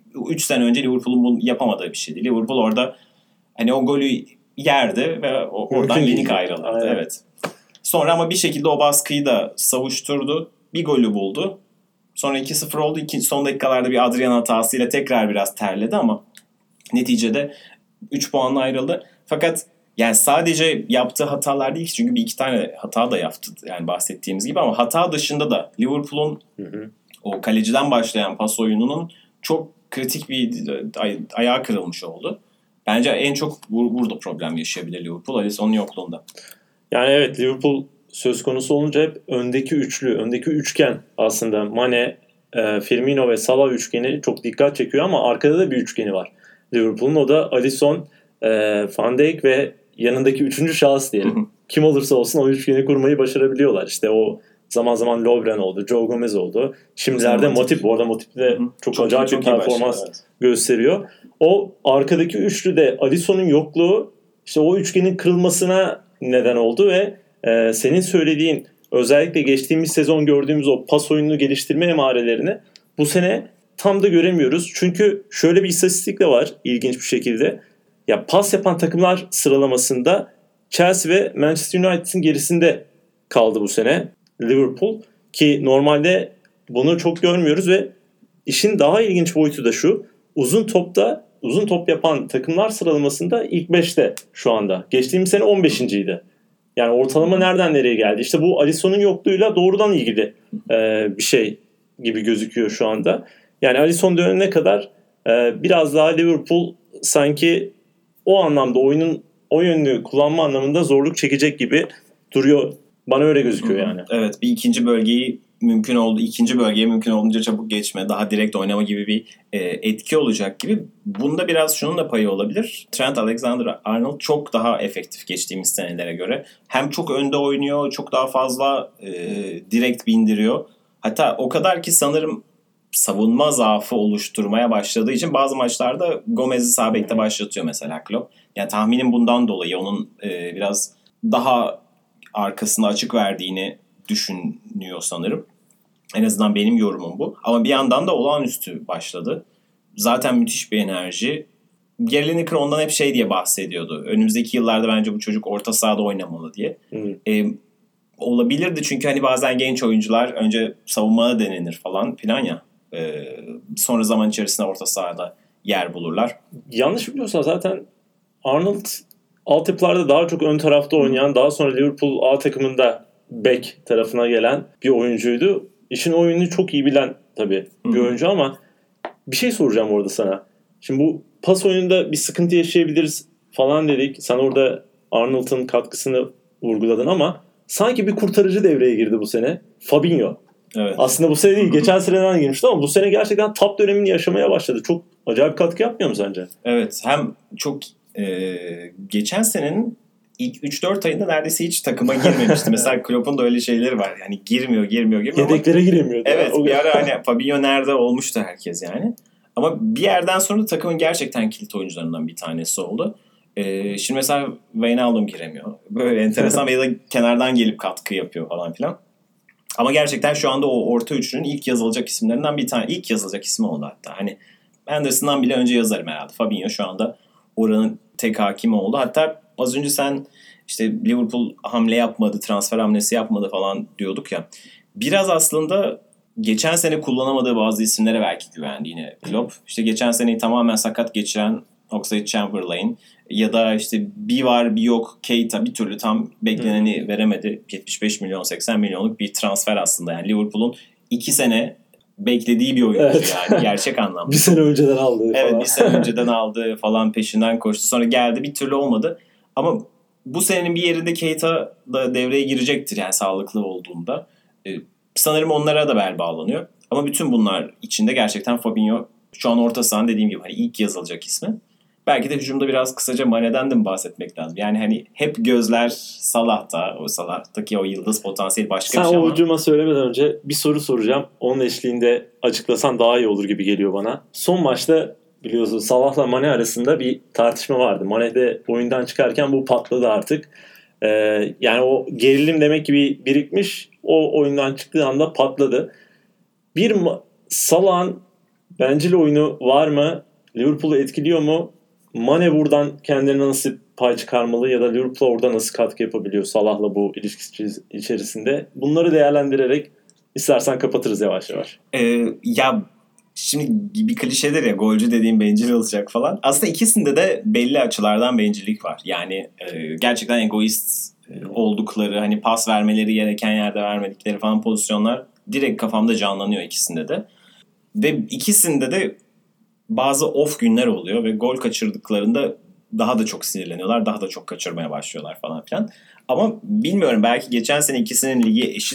3 sene önce Liverpool'un bunu yapamadığı bir şeydi. Liverpool orada hani o golü yerdi ve oradan yenik ayrılırdı. Evet. Sonra ama bir şekilde o baskıyı da savuşturdu. Bir golü buldu. Sonra 2-0 oldu. Son dakikalarda bir Adrian hatasıyla tekrar biraz terledi ama neticede 3 puanla ayrıldı. Fakat yani sadece yaptığı hatalar değil ki, çünkü bir iki tane hata da yaptı yani bahsettiğimiz gibi, ama hata dışında da Liverpool'un o kaleciden başlayan pas oyununun çok kritik bir ayağı kırılmış oldu. Bence en çok burada problem yaşayabilir Liverpool Alisson'un yokluğunda. Yani evet, Liverpool söz konusu olunca hep öndeki üçlü, öndeki üçgen aslında Mane, Firmino ve Salah üçgeni çok dikkat çekiyor ama arkada da bir üçgeni var Liverpool'un. O da Alisson, Van Dijk ve yanındaki üçüncü şahıs diyelim. Kim olursa olsun o üçgeni kurmayı başarabiliyorlar. İşte o zaman zaman Lovren oldu, Joe Gomez oldu. Şimdilerde Matip. Bu arada Matip de çok acayip bir performans gösteriyor. O arkadaki üçlü de Alisson'un yokluğu işte o üçgenin kırılmasına neden oldu ve senin söylediğin, özellikle geçtiğimiz sezon gördüğümüz o pas oyununu geliştirme emarelerini bu sene tam da göremiyoruz. Çünkü şöyle bir istatistik de var ilginç bir şekilde. Ya pas yapan takımlar sıralamasında Chelsea ve Manchester United'ın gerisinde kaldı bu sene Liverpool, ki normalde bunu çok görmüyoruz ve işin daha ilginç boyutu da şu: uzun top yapan takımlar sıralamasında ilk 5'te şu anda. Geçtiğimiz sene 15.'ydi. Yani ortalama nereden nereye geldi? İşte bu Alisson'un yokluğuyla doğrudan ilgili bir şey gibi gözüküyor şu anda. Yani Alisson dönene kadar biraz daha Liverpool sanki o anlamda oyunun o yönünü kullanma anlamında zorluk çekecek gibi duruyor. Bana öyle gözüküyor yani. Evet, bir ikinci bölgeye mümkün olduğunca çabuk geçme, daha direkt oynama gibi bir etki olacak gibi. Bunda biraz şunun da payı olabilir. Trent Alexander-Arnold çok daha efektif geçtiğimiz senelere göre. Hem çok önde oynuyor, çok daha fazla direkt bindiriyor. Hatta o kadar ki sanırım savunma zaafı oluşturmaya başladığı için bazı maçlarda Gomez'i sağ bekte başlatıyor mesela Klopp. Yani tahminim bundan dolayı onun biraz daha arkasını açık verdiğini düşünüyor sanırım. En azından benim yorumum bu. Ama bir yandan da olağanüstü başladı. Zaten müthiş bir enerji. Gary Lineker ondan hep şey diye bahsediyordu. Önümüzdeki yıllarda bence bu çocuk orta sahada oynamalı diye. Olabilirdi çünkü hani bazen genç oyuncular önce savunmada denenir falan filan ya. Sonra zaman içerisinde orta sahada yer bulurlar. Yanlış biliyorsam zaten Arnold altyapılarda daha çok ön tarafta oynayan, daha sonra Liverpool A takımında bek tarafına gelen bir oyuncuydu. İşin oyununu çok iyi bilen tabii bir oyuncu ama bir şey soracağım orada sana. Şimdi bu pas oyununda bir sıkıntı yaşayabiliriz falan dedik. Sen orada Arnold'un katkısını vurguladın ama sanki bir kurtarıcı devreye girdi bu sene. Fabinho. Evet. Aslında bu sene değil, geçen seneden girmişti ama bu sene gerçekten top dönemini yaşamaya başladı. Çok acayip katkı yapmıyor mu sence? Evet, hem çok geçen senenin ilk 3-4 ayında neredeyse hiç takıma girmemişti. Mesela Klopp'un da öyle şeyleri var. Yani girmiyor. Yedeklere giremiyordu. Evet, bir ara hani Fabinho nerede olmuştu herkes yani. Ama bir yerden sonra takımın gerçekten kilit oyuncularından bir tanesi oldu. Şimdi mesela Wijnaldum giremiyor. Böyle enteresan ya da kenardan gelip katkı yapıyor falan filan. Ama gerçekten şu anda o orta üçlünün ilk yazılacak isimlerinden bir tane. İlk yazılacak ismi oldu hatta. Hani Anderson'dan bile önce yazarım herhalde. Fabinho şu anda oranın tek hakimi oldu. Hatta az önce sen işte Liverpool hamle yapmadı, transfer hamlesi yapmadı falan diyorduk ya. Biraz aslında geçen sene kullanamadığı bazı isimlere belki güvendi yine Klopp. İşte geçen seneyi tamamen sakat geçiren Oxlade-Chamberlain ya da işte bir var bir yok Keita bir türlü tam bekleneni veremedi. 75 milyon 80 milyonluk bir transfer aslında. Yani Liverpool'un 2 sene beklediği bir oyuncu yani gerçek anlamda. Bir sene önceden aldığı falan. Evet, bir sene önceden önceden aldığı falan, peşinden koştu. Sonra geldi, bir türlü olmadı. Ama bu senenin bir yerinde Keita da devreye girecektir yani sağlıklı olduğunda. Sanırım onlara da bel bağlanıyor. Ama bütün bunlar içinde gerçekten Fabinho şu an orta sahanın dediğim gibi hani ilk yazılacak ismi. Belki de hücumda biraz kısaca Mane'den de mi bahsetmek lazım? Yani hani hep gözler Salah'ta, o Salah'taki o yıldız potansiyeli başka bir şey ama. Sen o hücuma söylemeden önce bir soru soracağım. Onun eşliğinde açıklasan daha iyi olur gibi geliyor bana. Son maçta biliyorsun Salah'la Mane arasında bir tartışma vardı. Mane de oyundan çıkarken bu patladı artık. Yani o gerilim demek ki birikmiş. O oyundan çıktığı anda patladı. Salah'ın bencil oyunu var mı? Liverpool'u etkiliyor mu? Mane buradan kendine nasıl pay çıkarmalı ya da Liverpool'a orada nasıl katkı yapabiliyor Salah'la bu ilişkisi içerisinde? Bunları değerlendirerek istersen kapatırız yavaş yavaş. Ya şimdi bir klişedir ya, golcü dediğim bencil olacak falan. Aslında ikisinde de belli açılardan bencillik var. Yani gerçekten egoist oldukları, hani pas vermeleri gereken yerde vermedikleri falan pozisyonlar direkt kafamda canlanıyor ikisinde de. Ve ikisinde de bazı off günler oluyor ve gol kaçırdıklarında daha da çok sinirleniyorlar. Daha da çok kaçırmaya başlıyorlar falan filan. Ama bilmiyorum, belki geçen sene ikisinin ligi eşit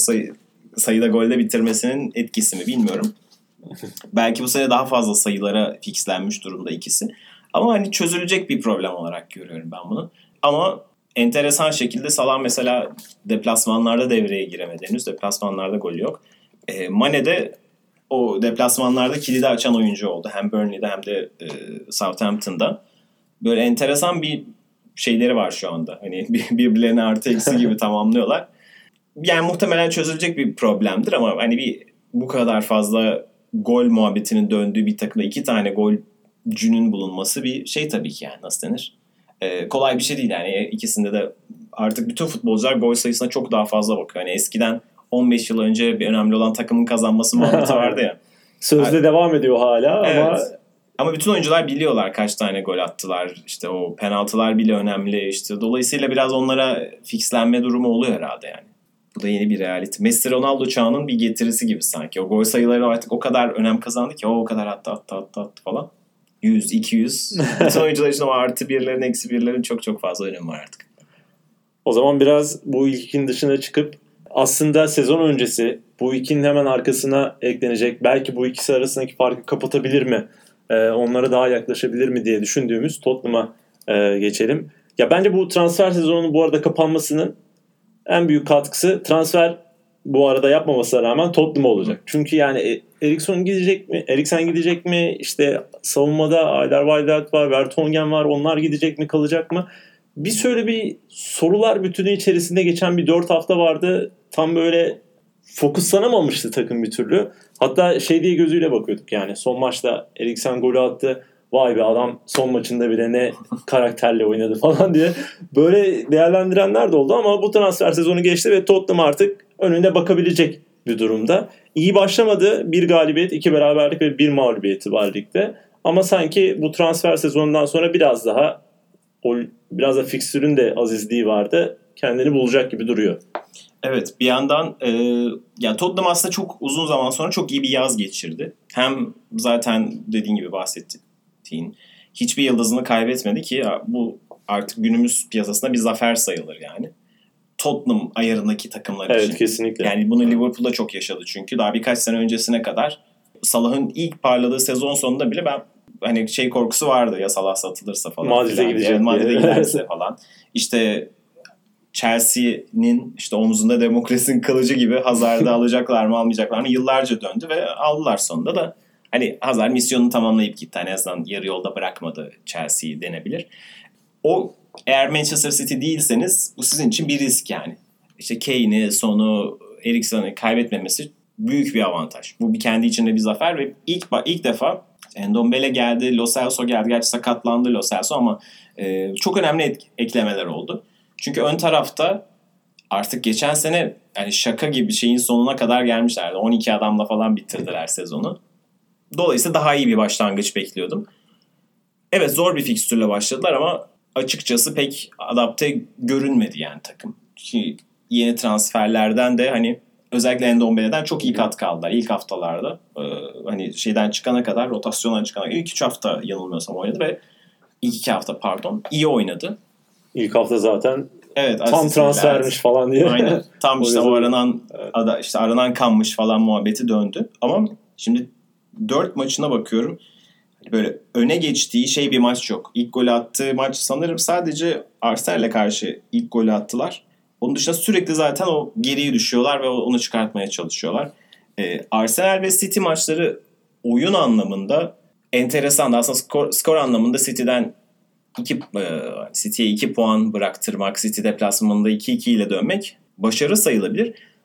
sayıda golde bitirmesinin etkisi mi bilmiyorum. Belki bu sene daha fazla sayılara fixlenmiş durumda ikisi. Ama hani çözülecek bir problem olarak görüyorum ben bunu. Ama enteresan şekilde Salah mesela deplasmanlarda devreye giremedi. Henüz deplasmanlarda golü yok. Mane de o deplasmanlarda kilidi açan oyuncu oldu. Hem Burnley'de hem de Southampton'da. Böyle enteresan bir şeyleri var şu anda. Hani birbirlerine artı eksi gibi tamamlıyorlar. Yani muhtemelen çözülecek bir problemdir ama hani bu kadar fazla gol muhabbetinin döndüğü bir takımda 2 tane golcünün bulunması bir şey tabii ki, yani nasıl denir? Kolay bir şey değil yani. İkisinde de artık bütün futbolcular gol sayısına çok daha fazla bakıyor. Yani eskiden 15 yıl önce bir önemli olan takımın kazanması muhabbeti vardı ya. Sözde devam ediyor hala ama... Evet. Ama bütün oyuncular biliyorlar kaç tane gol attılar. İşte o penaltılar bile önemli. İşte dolayısıyla biraz onlara fixlenme durumu oluyor herhalde yani. Bu da yeni bir realite. Messi Ronaldo çağının bir getirisi gibi sanki. O gol sayıları artık o kadar önem kazandı ki o kadar attı falan. 100, 200. Bütün oyuncular için o artı birlerin, eksi birlerin çok çok fazla önemi var artık. O zaman biraz bu ilkinin dışına çıkıp aslında sezon öncesi bu ikinin hemen arkasına eklenecek, belki bu ikisi arasındaki farkı kapatabilir mi? Onlara daha yaklaşabilir mi diye düşündüğümüz Tottenham'a geçelim. Ya bence bu transfer sezonunun bu arada kapanmasının en büyük katkısı transfer bu arada yapmamasına rağmen Tottenham olacak. Çünkü yani Eriksen gidecek mi? Eriksen gidecek mi? İşte savunmada Alderweireld var, Vertonghen var. Onlar gidecek mi, kalacak mı? Şöyle bir sorular bütünü içerisinde geçen bir 4 hafta vardı. Tam böyle fokuslanamamıştı takım bir türlü. Hatta şey diye gözüyle bakıyorduk yani. Son maçta Eriksen golü attı. Vay be, adam son maçında bile ne karakterle oynadı falan diye böyle değerlendirenler de oldu ama bu transfer sezonu geçti ve Tottenham artık önüne bakabilecek bir durumda. İyi başlamadı. 1 galibiyet, 2 beraberlik ve 1 mağlubiyeti var ligde. Ama sanki bu transfer sezonundan sonra biraz da fikstürün de azizliği vardı. Kendini bulacak gibi duruyor. Evet, bir yandan ya Tottenham aslında çok uzun zaman sonra çok iyi bir yaz geçirdi. Hem zaten dediğin gibi bahsettiğin hiçbir yıldızını kaybetmedi ki bu artık günümüz piyasasında bir zafer sayılır yani. Tottenham ayarındaki takımlar için. Evet, kesinlikle. Yani bunu Liverpool'da çok yaşadı çünkü daha birkaç sene öncesine kadar Salah'ın ilk parladığı sezon sonunda bile ben hani korkusu vardı ya, Salah satılırsa falan. Madrid'e gidecek. Madrid'e giderse falan. İşte Chelsea'nin işte omzunda demokrasinin kılıcı gibi Hazard'ı alacaklar mı almayacaklar mı yıllarca döndü ve aldılar sonunda da. Hani Hazard misyonunu tamamlayıp gitti. En azından yarı yolda bırakmadı Chelsea'yi denebilir. Eğer Manchester City değilseniz bu sizin için bir risk yani. İşte Kane'i, Son'u, Eriksen'i kaybetmemesi büyük bir avantaj. Bu kendi içinde bir zafer ve ilk defa Ndombele geldi, Lo Celso geldi. Gerçi sakatlandı Lo Celso ama çok önemli eklemeler oldu. Çünkü ön tarafta artık geçen sene yani şaka gibi şeyin sonuna kadar gelmişlerdi. 12 adamla falan bitirdiler sezonu. Dolayısıyla daha iyi bir başlangıç bekliyordum. Evet, zor bir fikstürle başladılar ama açıkçası pek adapte görünmedi yani takım. Çünkü yeni transferlerden de hani özellikle Ndombele'den çok iyi katkı aldılar ilk haftalarda. Hani şeyden çıkana kadar, rotasyondan çıkana kadar ilk 3 hafta yanılmıyorsam oynadı ve ilk 2 hafta iyi oynadı. İlk hafta zaten evet, tam transfermiş falan diye. Aynen. Tam işte o aranan kanmış falan muhabbeti döndü. Ama şimdi 4 maçına bakıyorum. Böyle öne geçtiği bir maç yok. İlk golü attığı maç sanırım sadece Arsenal'le karşı ilk golü attılar. Onun dışında sürekli zaten o geriye düşüyorlar ve onu çıkartmaya çalışıyorlar. Arsenal ve City maçları oyun anlamında enteresan. Aslında skor anlamında City'den City'ye 2 puan bıraktırmak, City deplasmanında 2-2 ile dönmek başarı sayılabilir.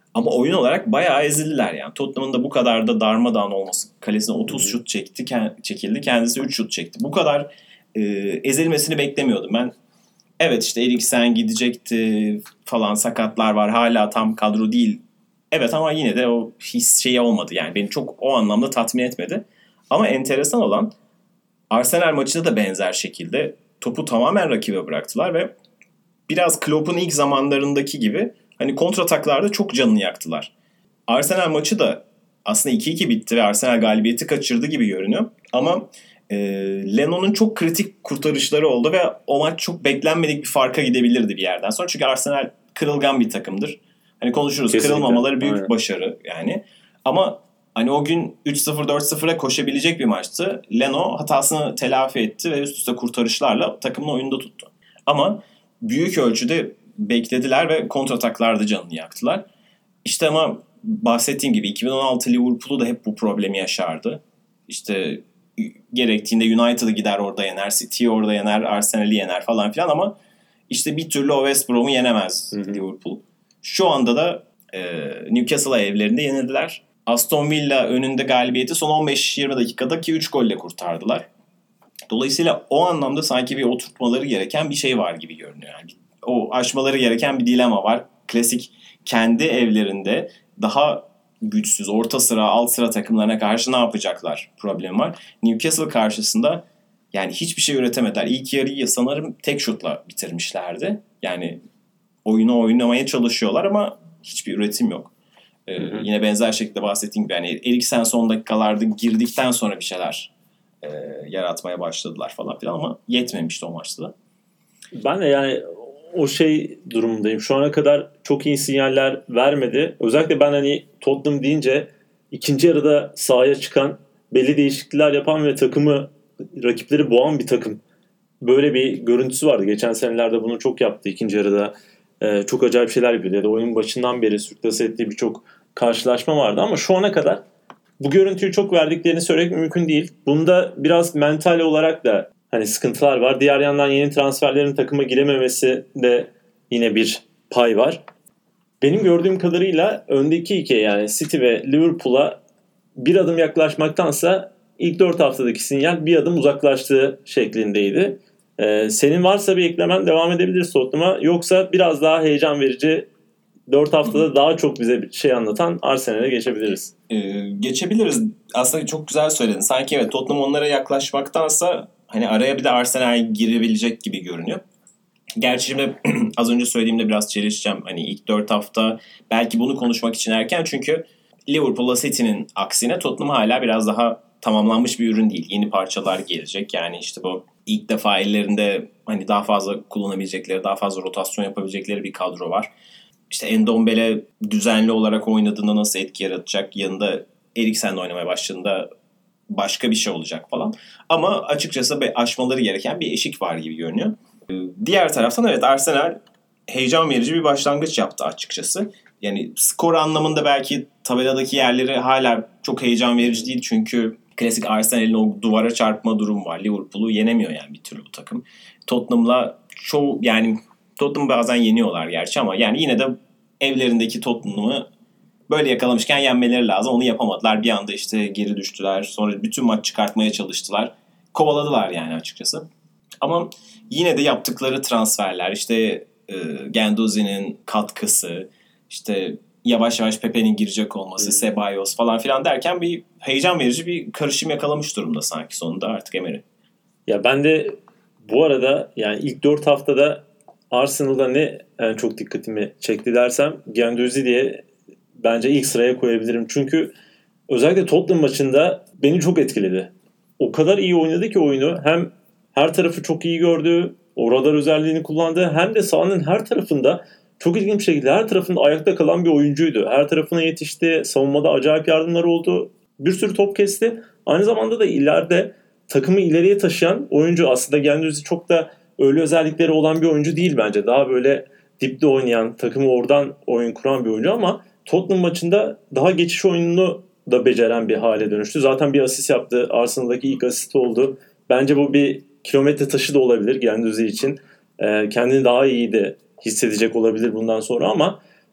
Ama oyun olarak bayağı ezildiler yani. Tottenham'ın da bu kadar da darmadağın olması. Kalesine 30 şut çekildi. Kendisi 3 şut çekti. Bu kadar ezilmesini beklemiyordum ben. Evet işte Eriksen gidecekti falan, sakatlar var. Hala tam kadro değil. Evet ama yine de o his şeyi olmadı yani. Beni çok o anlamda tatmin etmedi. Ama enteresan olan, Arsenal maçında da benzer şekilde topu tamamen rakibe bıraktılar ve biraz Klopp'un ilk zamanlarındaki gibi hani kontrataklarda çok canını yaktılar. Arsenal maçı da aslında 2-2 bitti ve Arsenal galibiyeti kaçırdı gibi görünüyor. Ama Leno'nun çok kritik kurtarışları oldu ve o maç çok beklenmedik bir farka gidebilirdi bir yerden sonra. Çünkü Arsenal kırılgan bir takımdır. Hani konuşuruz, kesinlikle. Kırılmamaları büyük Aynen. başarı yani. Ama hani o gün 3-0 4-0'a koşabilecek bir maçtı. Leno hatasını telafi etti ve üst üste kurtarışlarla takımını oyunda tuttu. Ama büyük ölçüde beklediler ve kontrataklarda canını yaktılar. İşte ama bahsettiğim gibi 2016 Liverpool'u da hep bu problemi yaşardı. İşte gerektiğinde United'ı gider orada yener, City'yi orada yener, Arsenal'i yener falan filan ama işte bir türlü o West Brom'u yenemez Liverpool. Şu anda da Newcastle'a evlerinde yenildiler. Aston Villa önünde galibiyeti son 15-20 dakikadaki 3 golle kurtardılar. Dolayısıyla o anlamda sanki bir oturtmaları gereken bir şey var gibi görünüyor. Yani o aşmaları gereken bir dilema var. Klasik kendi evlerinde daha güçsüz, orta sıra, alt sıra takımlarına karşı ne yapacaklar problemi var. Newcastle karşısında yani hiçbir şey üretemediler. İlk yarıyı sanırım tek şutla bitirmişlerdi. Yani oyunu oynamaya çalışıyorlar ama hiçbir üretim yok. Yine benzer şekilde bahsettiğim gibi yani Eriksen son dakikalarda girdikten sonra bir şeyler yaratmaya başladılar falan filan ama yetmemişti o maçta da. Ben de yani o şey durumundayım. Şu ana kadar çok iyi sinyaller vermedi. Özellikle ben hani Tottenham deyince ikinci yarıda sahaya çıkan, belli değişiklikler yapan ve takımı, rakipleri boğan bir takım. Böyle bir görüntüsü vardı. Geçen senelerde bunu çok yaptı. İkinci yarıda çok acayip şeyler yapıyordu. Ya da oyunun başından beri sürklase ettiği birçok karşılaşma vardı. Ama şu ana kadar bu görüntüyü çok verdiklerini söylemek mümkün değil. Bunda biraz mental olarak da hani sıkıntılar var. Diğer yandan yeni transferlerin takıma girememesi de yine bir pay var. Benim gördüğüm kadarıyla öndeki iki yani City ve Liverpool'a bir adım yaklaşmaktansa ilk 4 haftadaki sinyal bir adım uzaklaştığı şeklindeydi. Senin varsa bir eklemen devam edebiliriz Tottenham'a. Yoksa biraz daha heyecan verici 4 haftada daha çok bize bir şey anlatan Arsenal'e geçebiliriz. Geçebiliriz. Aslında çok güzel söyledin. Sanki evet Tottenham onlara yaklaşmaktansa hani araya bir de Arsenal girebilecek gibi görünüyor. Gerçi şimdi az önce söylediğimde biraz çelişeceğim. Hani ilk 4 hafta belki bunu konuşmak için erken çünkü Liverpool'la City'nin aksine Tottenham hala biraz daha tamamlanmış bir ürün değil. Yeni parçalar gelecek. Yani işte bu ilk defa ellerinde hani daha fazla kullanabilecekleri, daha fazla rotasyon yapabilecekleri bir kadro var. İşte Endombele düzenli olarak oynadığında nasıl etki yaratacak? Yanında Eriksen'le oynamaya başladığında başka bir şey olacak falan. Ama açıkçası aşmaları gereken bir eşik var gibi görünüyor. Diğer taraftan evet Arsenal heyecan verici bir başlangıç yaptı açıkçası. Yani skor anlamında belki tabeladaki yerleri hala çok heyecan verici değil. Çünkü klasik Arsenal'in o duvara çarpma durumu var. Liverpool'u yenemiyor yani bir türlü bu takım. Tottenham'la yani Tottenham bazen yeniyorlar gerçi ama yani yine de evlerindeki Tottenham'ı böyle yakalamışken yenmeleri lazım. Onu yapamadılar. Bir anda işte geri düştüler. Sonra bütün maç çıkartmaya çalıştılar. Kovaladılar yani açıkçası. Ama yine de yaptıkları transferler işte Guendouzi'nin katkısı işte yavaş yavaş Pepe'nin girecek olması, Ceballos falan filan derken bir heyecan verici bir karışım yakalamış durumda sanki sonunda artık Emery. Ya ben de bu arada yani ilk 4 haftada Arsenal'da ne en çok dikkatimi çekti dersem Guendouzi diye bence ilk sıraya koyabilirim. Çünkü özellikle Tottenham maçında beni çok etkiledi. O kadar iyi oynadı ki oyunu hem her tarafı çok iyi gördü, o radar özelliğini kullandı hem de sahanın her tarafında çok ilginç bir şekilde her tarafında ayakta kalan bir oyuncuydu. Her tarafına yetişti, savunmada acayip yardımları oldu. Bir sürü top kesti. Aynı zamanda da ileride takımı ileriye taşıyan oyuncu aslında Guendouzi çok da öyle özellikleri olan bir oyuncu değil bence. Daha böyle dipte oynayan, takımı oradan oyun kuran bir oyuncu ama Tottenham maçında daha geçiş oyununu da beceren bir hale dönüştü. Zaten bir asist yaptı. Arsenal'daki ilk asist oldu. Bence bu bir kilometre taşı da olabilir Guendouzi için. Kendini daha iyi de hissedecek olabilir bundan sonra ama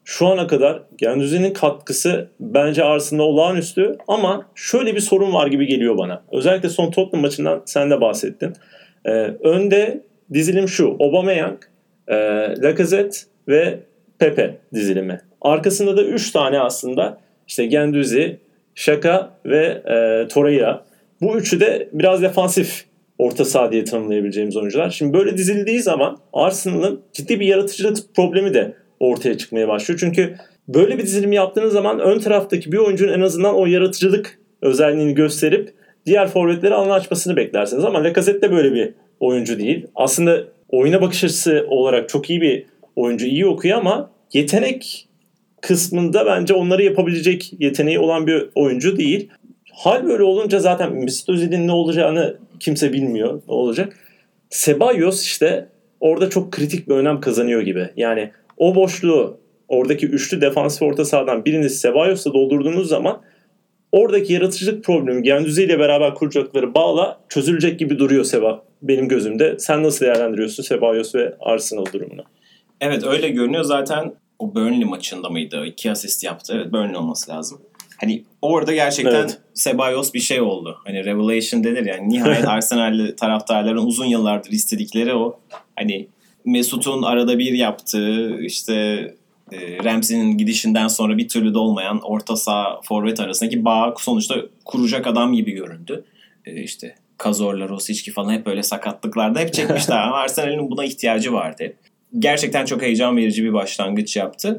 şu ana kadar Guendouzi'nin katkısı bence Arsenal'da olağanüstü ama şöyle bir sorun var gibi geliyor bana. Özellikle son Tottenham maçından sen de bahsettin. Önde dizilim şu: Aubameyang, Lacazette ve Pepe dizilimi. Arkasında da 3 tane aslında işte Guendouzi, Xhaka ve Torreira. Bu üçü de biraz defansif orta saha diye tanımlayabileceğimiz oyuncular. Şimdi böyle dizildiği zaman Arsenal'ın ciddi bir yaratıcılık problemi de ortaya çıkmaya başlıyor. Çünkü böyle bir dizilim yaptığınız zaman ön taraftaki bir oyuncunun en azından o yaratıcılık özelliğini gösterip diğer forvetlere alan açmasını beklersiniz. Ama Lacazette de böyle bir oyuncu değil. Aslında oyuna bakış açısı olarak çok iyi bir oyuncu, iyi okuyor ama yetenek kısmında bence onları yapabilecek yeteneği olan bir oyuncu değil. Hal böyle olunca zaten Mesut Özil'in ne olacağını kimse bilmiyor, ne olacak. Ceballos işte orada çok kritik bir önem kazanıyor gibi. Yani o boşluğu oradaki üçlü defansif orta sahadan birini Cebalos'la doldurduğunuz zaman oradaki yaratıcılık problemi Guendouzi ile beraber kuracakları bağla çözülecek gibi duruyor benim gözümde. Sen nasıl değerlendiriyorsun Ceballos ve Arsenal durumunu? Evet, öyle görünüyor. Zaten o Burnley maçında mıydı? 2 asist yaptı. Evet, Burnley olması lazım. Hani orada gerçekten evet. Ceballos bir şey oldu. Hani revelation denir yani. Nihayet Arsenal'li taraftarların uzun yıllardır istedikleri o. Hani Mesut'un arada bir yaptığı, işte Ramsey'nin gidişinden sonra bir türlü de olmayan orta saha forvet arasındaki bağ sonuçta kuracak adam gibi göründü. İşte Cazorla, Rosicki falan hep böyle sakatlıklarda hep çekmişler ama Arsenal'in buna ihtiyacı vardı. Gerçekten çok heyecan verici bir başlangıç yaptı.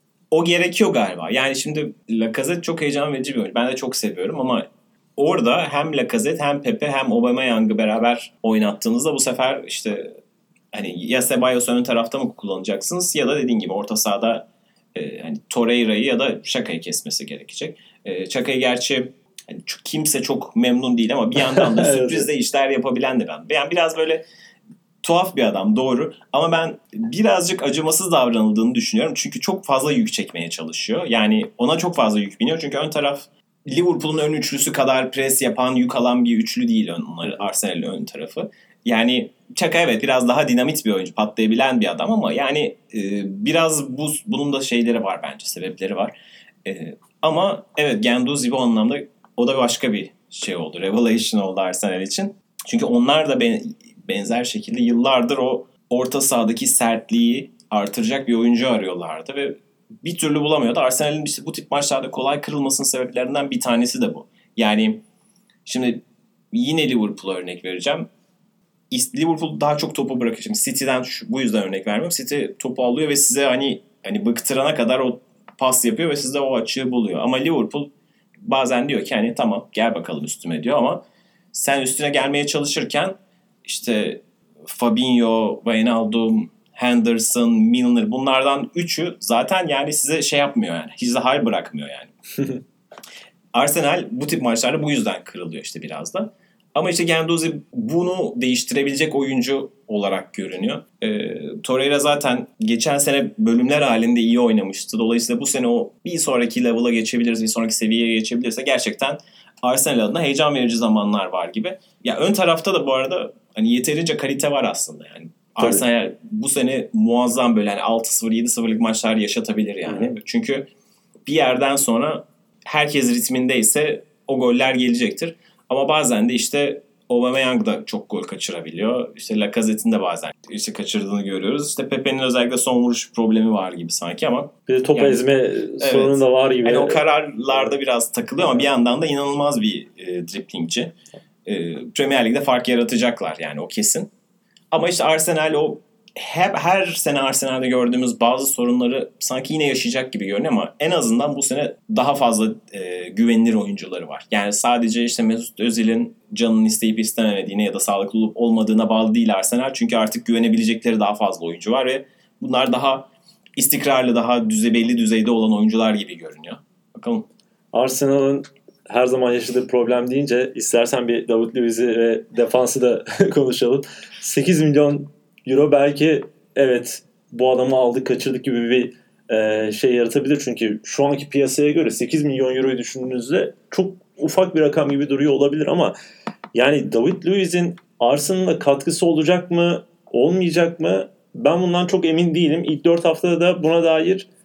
O gerekiyor galiba. Yani şimdi Lacazette çok heyecan verici bir oyuncu. Ben de çok seviyorum ama orada hem Lacazette hem Pepe hem Aubameyang'ı beraber oynattığınızda bu sefer işte hani ya Ceballos ön tarafta mı kullanacaksınız ya da dediğin gibi orta sahada hani Torreira'yı ya da Xhaka'yı kesmesi gerekecek. Xhaka'yı gerçi yani kimse çok memnun değil ama bir yandan da sürprizle işler yapabilen de ben. Yani biraz böyle tuhaf bir adam, doğru, ama ben birazcık acımasız davranıldığını düşünüyorum. Çünkü çok fazla yük çekmeye çalışıyor. Yani ona çok fazla yük biniyor. Çünkü ön taraf Liverpool'un ön üçlüsü kadar pres yapan, yük alan bir üçlü değil onları, Arsenal'in ön tarafı. Yani Xhaka evet biraz daha dinamit bir oyuncu, patlayabilen bir adam ama yani biraz bunun da şeyleri var bence, sebepleri var. Ama evet, Guendouzi bu anlamda o da başka bir şey oldu. Revelation oldu Arsenal için. Çünkü onlar da benzer şekilde yıllardır o orta sahadaki sertliği artıracak bir oyuncu arıyorlardı ve bir türlü bulamıyordu. Arsenal'in işte bu tip maçlarda kolay kırılmasının sebeplerinden bir tanesi de bu. Yani şimdi yine Liverpool'a örnek vereceğim. Liverpool daha çok topu bırakıyor. Şimdi City'den bu yüzden örnek vermiyorum. City topu alıyor ve size hani bıktırana kadar o pas yapıyor ve sizde o açığı buluyor. Ama Liverpool bazen diyor ki hani tamam gel bakalım üstüme diyor ama sen üstüne gelmeye çalışırken işte Fabinho, Wijnaldum, Henderson, Milner, bunlardan üçü zaten yani size şey yapmıyor yani. Hiç de hal bırakmıyor yani. Arsenal bu tip maçlarda bu yüzden kırılıyor işte biraz da. Ama işte Guendouzi bunu değiştirebilecek oyuncu olarak görünüyor. Torreira zaten geçen sene bölümler halinde iyi oynamıştı. Dolayısıyla bu sene o bir sonraki level'a geçebiliriz, bir sonraki seviyeye geçebilirse gerçekten Arsenal adına heyecan verici zamanlar var gibi. Ya ön tarafta da bu arada hani yeterince kalite var aslında yani. Tabii. Arsenal bu sene muazzam böyle hani 6-0, 7-0'lık maçlar yaşatabilir yani. Hı. Çünkü bir yerden sonra herkes ritmindeyse o goller gelecektir. Ama bazen de işte Aubameyang da çok gol kaçırabiliyor. İşte Lacazette'in de bazen işte kaçırdığını görüyoruz. İşte Pepe'nin özellikle son vuruş problemi var gibi sanki ama. Bir de top ezme sorunu da var gibi. Yani o kararlarda biraz takılıyor ama bir yandan da inanılmaz bir driplingci. Premier Lig'de fark yaratacaklar yani, o kesin. Ama işte Arsenal her sene Arsenal'de gördüğümüz bazı sorunları sanki yine yaşayacak gibi görünüyor ama en azından bu sene daha fazla güvenilir oyuncuları var. Yani sadece işte Mesut Özil'in canının isteyip istememediğine ya da sağlıklı olup olmadığına bağlı değil Arsenal. Çünkü artık güvenebilecekleri daha fazla oyuncu var ve bunlar daha istikrarlı, daha belli düzeyde olan oyuncular gibi görünüyor. Bakalım. Arsenal'ın her zaman yaşadığı problem deyince istersen bir David Luiz'i ve defansı da konuşalım. 8 milyon euro belki evet bu adamı aldık kaçırdık gibi bir şey yaratabilir. Çünkü şu anki piyasaya göre 8 milyon euroyu düşündüğünüzde çok ufak bir rakam gibi duruyor olabilir ama yani David Luiz'in Arsenal'a katkısı olacak mı olmayacak mı ben bundan çok emin değilim. İlk 4 haftada da buna dair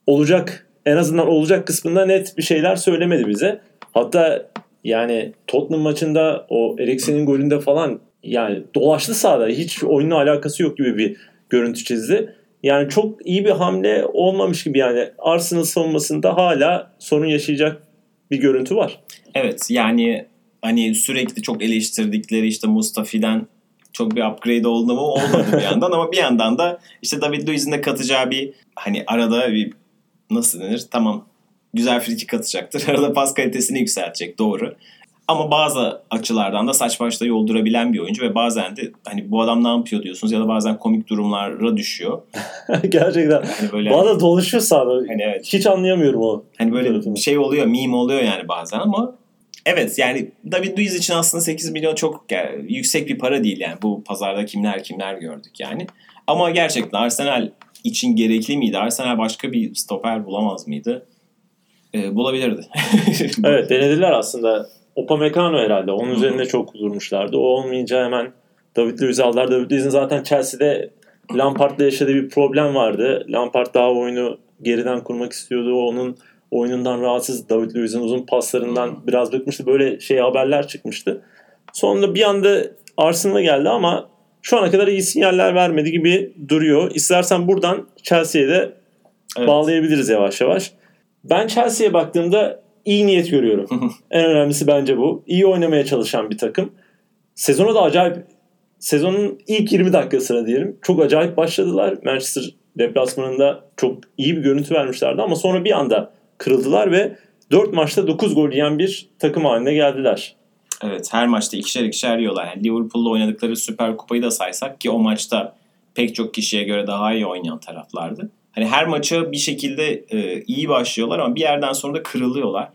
olacak, en azından olacak kısmında net bir şeyler söylemedi bize. Hatta yani Tottenham maçında o Eriksen'in golünde falan yani dolaştı sahada. Hiç oyunla alakası yok gibi bir görüntü çizdi. Yani çok iyi bir hamle olmamış gibi yani. Arsenal savunmasında hala sorun yaşayacak bir görüntü var. Evet yani hani sürekli çok eleştirdikleri işte Mustafi'den çok bir upgrade oldu mu olmadı bir yandan ama bir yandan da işte David Luiz'in de katacağı bir hani arada bir nasıl denir tamam güzel frikik atacaktır. Arada pas kalitesini yükseltecek doğru. Ama bazı açılardan da saç başta yoldurabilen bir oyuncu ve bazen de hani bu adam ne yapıyor diyorsunuz ya da bazen komik durumlara düşüyor. Gerçekten. Hani böyle Bana dolaşıyor sahada. hani evet. Hiç anlayamıyorum o. Hani böyle tarafını. şey oluyor, meme oluyor yani bazen ama evet yani David Luiz için aslında 8 milyon çok yani yüksek bir para değil yani. Bu pazarda kimler gördük yani. Ama gerçekten Arsenal için gerekli miydi? Arsenal başka bir stoper bulamaz mıydı? Bulabilirdi. Evet denediler aslında. Upamecano herhalde. Onun üzerinde çok durmuşlardı. O olmayınca hemen David Luiz'i aldılar. David Luiz'in zaten Chelsea'de Lampard'la yaşadığı bir problem vardı. Lampard daha oyunu geriden kurmak istiyordu. Onun oyunundan rahatsız. David Luiz'in uzun paslarından biraz bıkmıştı. Böyle haberler çıkmıştı. Sonra bir anda Arsenal'a geldi ama şu ana kadar iyi sinyaller vermedi gibi duruyor. İstersen buradan Chelsea'ye de Evet. bağlayabiliriz yavaş yavaş. Ben Chelsea'ye baktığımda iyi niyet görüyorum. En önemlisi bence bu. İyi oynamaya çalışan bir takım. Sezona da acayip, sezonun ilk 20 dakikasına diyelim çok acayip başladılar. Manchester deplasmanında çok iyi bir görüntü vermişlerdi ama sonra bir anda kırıldılar ve 4 maçta 9 gol yiyen bir takım haline geldiler. Evet her maçta ikişer yiyorlar. Yani Liverpool'la oynadıkları Süper Kupayı da saysak ki o maçta pek çok kişiye göre daha iyi oynayan taraflardı. Hani her maça bir şekilde iyi başlıyorlar ama bir yerden sonra da kırılıyorlar.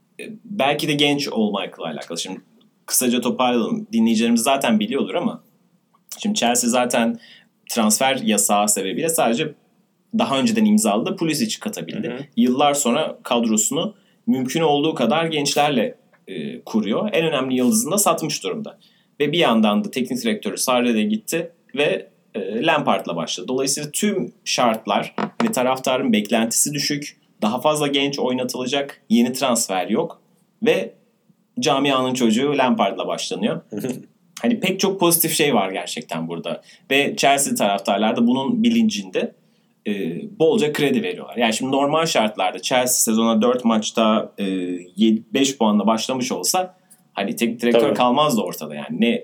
Belki de genç olmakla alakalı. Şimdi kısaca toparlayalım. Dinleyicilerimiz zaten biliyordur ama şimdi Chelsea zaten transfer yasağı sebebiyle sadece daha önceden imzaladı Pulisic'i katabildi. Hı hı. Yıllar sonra kadrosunu mümkün olduğu kadar gençlerle kuruyor. En önemli yıldızını da satmış durumda. Ve bir yandan da teknik direktörü Sarri'de gitti ve Lampard'la başladı. Dolayısıyla tüm şartlar hani taraftarın beklentisi düşük, daha fazla genç oynatılacak, yeni transfer yok ve camianın çocuğu Lampard'la başlanıyor. Hani pek çok pozitif şey var gerçekten burada. Ve Chelsea taraftarlar da bunun bilincinde bolca kredi veriyorlar. Yani şimdi normal şartlarda Chelsea sezona 4 maçta 5 puanla başlamış olsa hani teknik direktör Tabii. kalmazdı ortada yani.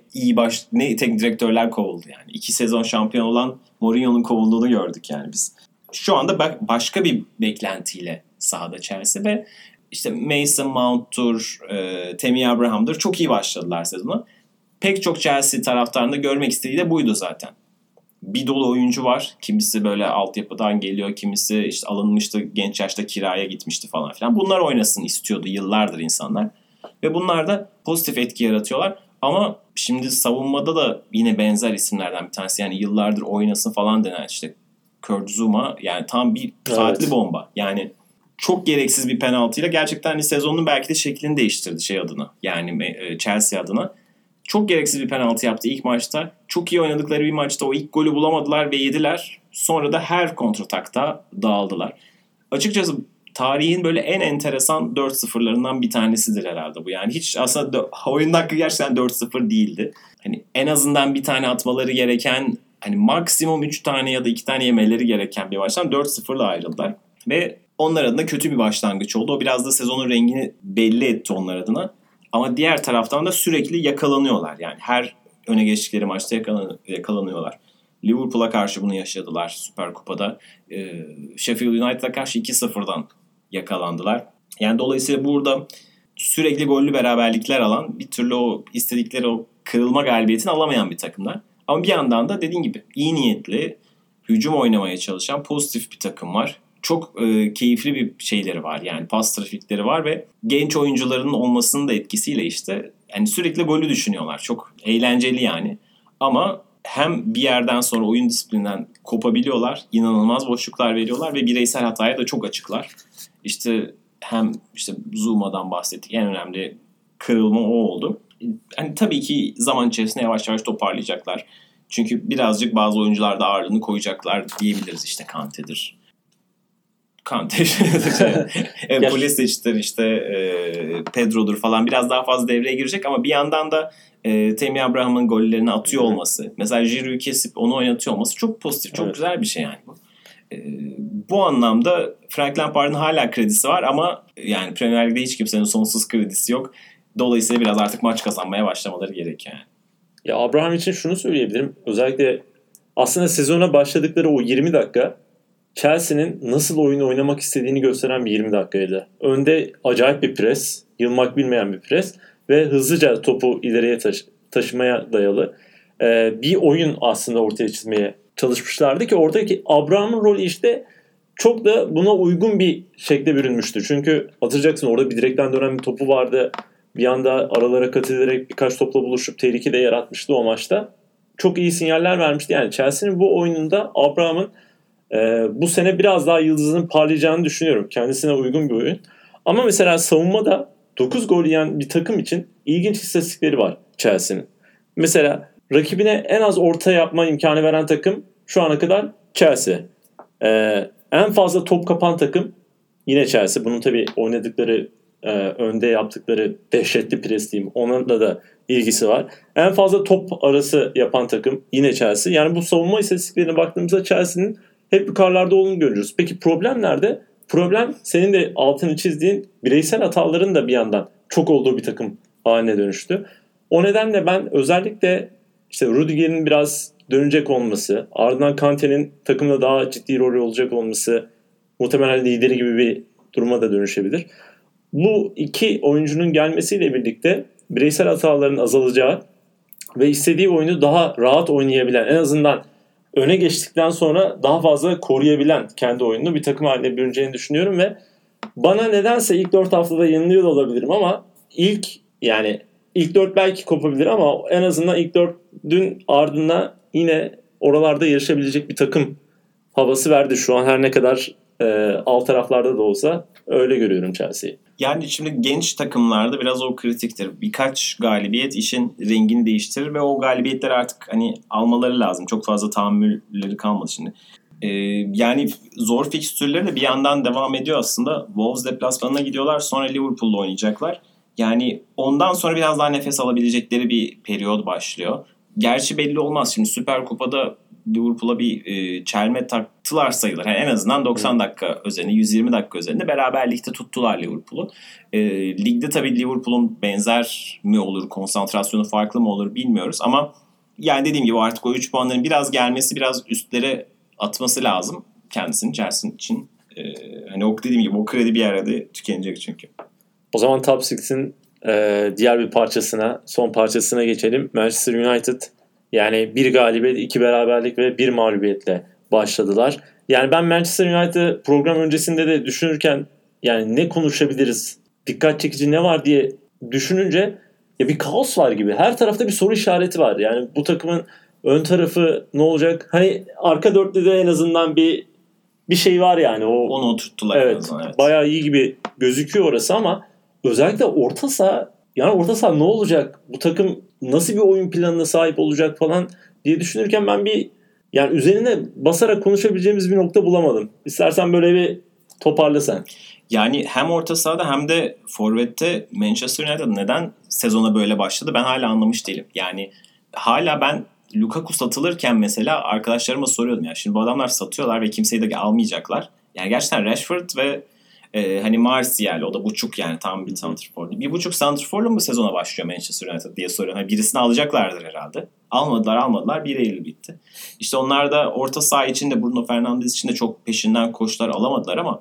Ne teknik direktörler kovuldu yani. 2 sezon şampiyon olan Mourinho'nun kovulduğunu gördük yani biz. Şu anda başka bir beklentiyle sahada Chelsea ve işte Mason Mount'tur, Tammy Abraham'dır çok iyi başladılar sezona. Pek çok Chelsea taraftarında görmek istediği de buydu zaten. Bir dolu oyuncu var. Kimisi böyle altyapıdan geliyor. Kimisi işte alınmıştı. Genç yaşta kiraya gitmişti falan filan. Bunlar oynasın istiyordu yıllardır insanlar. Ve bunlar da pozitif etki yaratıyorlar. Ama şimdi savunmada da yine benzer isimlerden bir tanesi. Yani yıllardır oynasın falan denen işte Kurt Zouma yani tam bir saatli bomba. Yani çok gereksiz bir penaltıyla gerçekten hani sezonun belki de şeklini değiştirdi şey adına. Yani Chelsea adına. Çok gereksiz bir penaltı yaptı ilk maçta. Çok iyi oynadıkları bir maçta o ilk golü bulamadılar ve yediler. Sonra da her kontratakta dağıldılar. Açıkçası tarihin böyle en enteresan 4-0'larından bir tanesidir herhalde bu. Yani hiç aslında oyun hakkı gerçekten 4-0 değildi. Hani en azından bir tane atmaları gereken hani maksimum 3 tane ya da 2 tane yemeleri gereken bir maçtan 4-0'la ayrıldılar. Ve onlar adına kötü bir başlangıç oldu. O biraz da sezonun rengini belli etti onlar adına. Ama diğer taraftan da sürekli yakalanıyorlar. Yani her öne geçtikleri maçta yakalanıyorlar. Liverpool'a karşı bunu yaşadılar Süper Kupa'da. Sheffield United'a karşı 2-0'dan yakalandılar. Yani dolayısıyla burada sürekli gollü beraberlikler alan bir türlü o istedikleri o kırılma galibiyetini alamayan bir takımlar. Ama bir yandan da dediğin gibi iyi niyetli, hücum oynamaya çalışan pozitif bir takım var. Çok keyifli bir şeyleri var yani pas trafikleri var ve genç oyuncuların olmasının da etkisiyle işte yani sürekli golü düşünüyorlar. Çok eğlenceli yani ama hem bir yerden sonra oyun disiplinden kopabiliyorlar, inanılmaz boşluklar veriyorlar ve bireysel hataya da çok açıklar. İşte hem işte Zooma'dan bahsettik en önemli kırılma o oldu. Yani tabii ki zaman içerisinde yavaş yavaş toparlayacaklar. Çünkü birazcık bazı oyuncularda ağırlığını koyacaklar diyebiliriz işte Kante'dir. Kante, Pulisic'tir işte Pedro'dur falan biraz daha fazla devreye girecek ama bir yandan da Tammy Abraham'ın gollerini atıyor olması, mesela Giroud'u kesip onu oynatıyor olması çok pozitif, çok güzel bir şey yani bu. Bu anlamda Frank Lampard'ın hala kredisi var ama yani Premier Lig'de hiç kimsenin sonsuz kredisi yok. Dolayısıyla biraz artık maç kazanmaya başlamaları gerek yani. Ya Abraham için şunu söyleyebilirim. Özellikle aslında sezona başladıkları o 20 dakika Chelsea'nin nasıl oyun oynamak istediğini gösteren bir 20 dakikaydı. Önde acayip bir pres, yılmak bilmeyen bir pres ve hızlıca topu ileriye taşımaya dayalı bir oyun aslında ortaya çizmeye çalışmışlardı ki oradaki Abraham'ın rolü işte çok da buna uygun bir şekle bürünmüştü. Çünkü hatırlayacaksın orada bir direkten dönen bir topu vardı. Bir anda aralara kat ederek birkaç topla buluşup tehlike de yaratmıştı o maçta. Çok iyi sinyaller vermişti. Yani Chelsea'nin bu oyununda Abraham'ın bu sene biraz daha yıldızının parlayacağını düşünüyorum. Kendisine uygun bir oyun. Ama mesela savunmada 9 gol yiyen bir takım için ilginç istatistikleri var Chelsea'nin. Mesela rakibine en az orta yapma imkanı veren takım şu ana kadar Chelsea. En fazla top kapan takım yine Chelsea. Bunun tabii oynadıkları önde yaptıkları dehşetli pres diyeyim. Onunla da ilgisi var. En fazla top arası yapan takım yine Chelsea. Yani bu savunma istatistiklerine baktığımızda Chelsea'nin hep yukarılarda olduğunu görüyoruz. Peki problem nerede? Problem senin de altını çizdiğin bireysel hataların da bir yandan çok olduğu bir takım haline dönüştü. O nedenle ben özellikle işte Rudiger'in biraz dönecek olması, ardından Kante'nin takımda daha ciddi rol olacak olması, muhtemelen lideri gibi bir duruma da dönüşebilir. Bu iki oyuncunun gelmesiyle birlikte bireysel hataların azalacağı ve istediği oyunu daha rahat oynayabilen, en azından öne geçtikten sonra daha fazla koruyabilen kendi oyununu bir takım haline bürüneceğini düşünüyorum ve bana nedense ilk 4 haftada yanılıyor da olabilirim ama ilk 4 belki kopabilir ama en azından ilk 4'ün ardına yine oralarda yarışabilecek bir takım havası verdi şu an her ne kadar alt taraflarda da olsa öyle görüyorum Chelsea'yi. Yani şimdi genç takımlarda biraz o kritiktir. Birkaç galibiyet işin rengini değiştirir ve o galibiyetleri artık hani almaları lazım. Çok fazla tahammülleri kalmadı şimdi. Yani zor fikstürleri de bir yandan devam ediyor aslında. Wolves deplasmanına gidiyorlar, sonra Liverpool'la oynayacaklar. Yani ondan sonra biraz daha nefes alabilecekleri bir periyod başlıyor. Gerçi belli olmaz. Şimdi Süper Kupa'da Liverpool'a bir çelme taktılar sayılır. Yani en azından 90 dakika özelinde, 120 dakika özelinde beraberlikte tuttular Liverpool'u. Ligde tabii Liverpool'un benzer mi olur, konsantrasyonu farklı mı olur bilmiyoruz. Ama yani dediğim gibi artık o 3 puanların biraz gelmesi, biraz üstlere atması lazım kendisinin Chelsea için. Hani o dediğim gibi o kredi bir arada tükenecek çünkü. O zaman Top 6'in diğer bir parçasına, son parçasına geçelim. Manchester United yani bir galibiyet, 2 beraberlik ve 1 mağlubiyetle başladılar. Yani ben Manchester United program öncesinde de düşünürken yani ne konuşabiliriz, dikkat çekici ne var diye düşününce ya bir kaos var gibi. Her tarafta bir soru işareti var. Yani bu takımın ön tarafı ne olacak? Hani arka dörtlüde en azından bir şey var yani. Onu oturttular. Evet, bayağı iyi gibi gözüküyor orası ama özellikle orta saha ne olacak? Bu takım nasıl bir oyun planına sahip olacak falan diye düşünürken ben yani üzerine basarak konuşabileceğimiz bir nokta bulamadım. İstersen böyle bir toparla sen. Yani hem orta sahada hem de forvette Manchester United neden sezona böyle başladı ben hala anlamış değilim. Yani hala ben Lukaku satılırken mesela arkadaşlarıma soruyordum. Yani şimdi bu adamlar satıyorlar ve kimseyi de almayacaklar. Yani gerçekten Rashford ve hani Martial, o da buçuk yani tam bir santrfor. Bir buçuk santrforla mı sezona başlıyor Manchester United diye soruyorum. Hani birisini alacaklardır herhalde. Almadılar. 1 Eylül bitti. İşte onlar da orta saha için de Bruno Fernandes için de çok peşinden koştular, alamadılar ama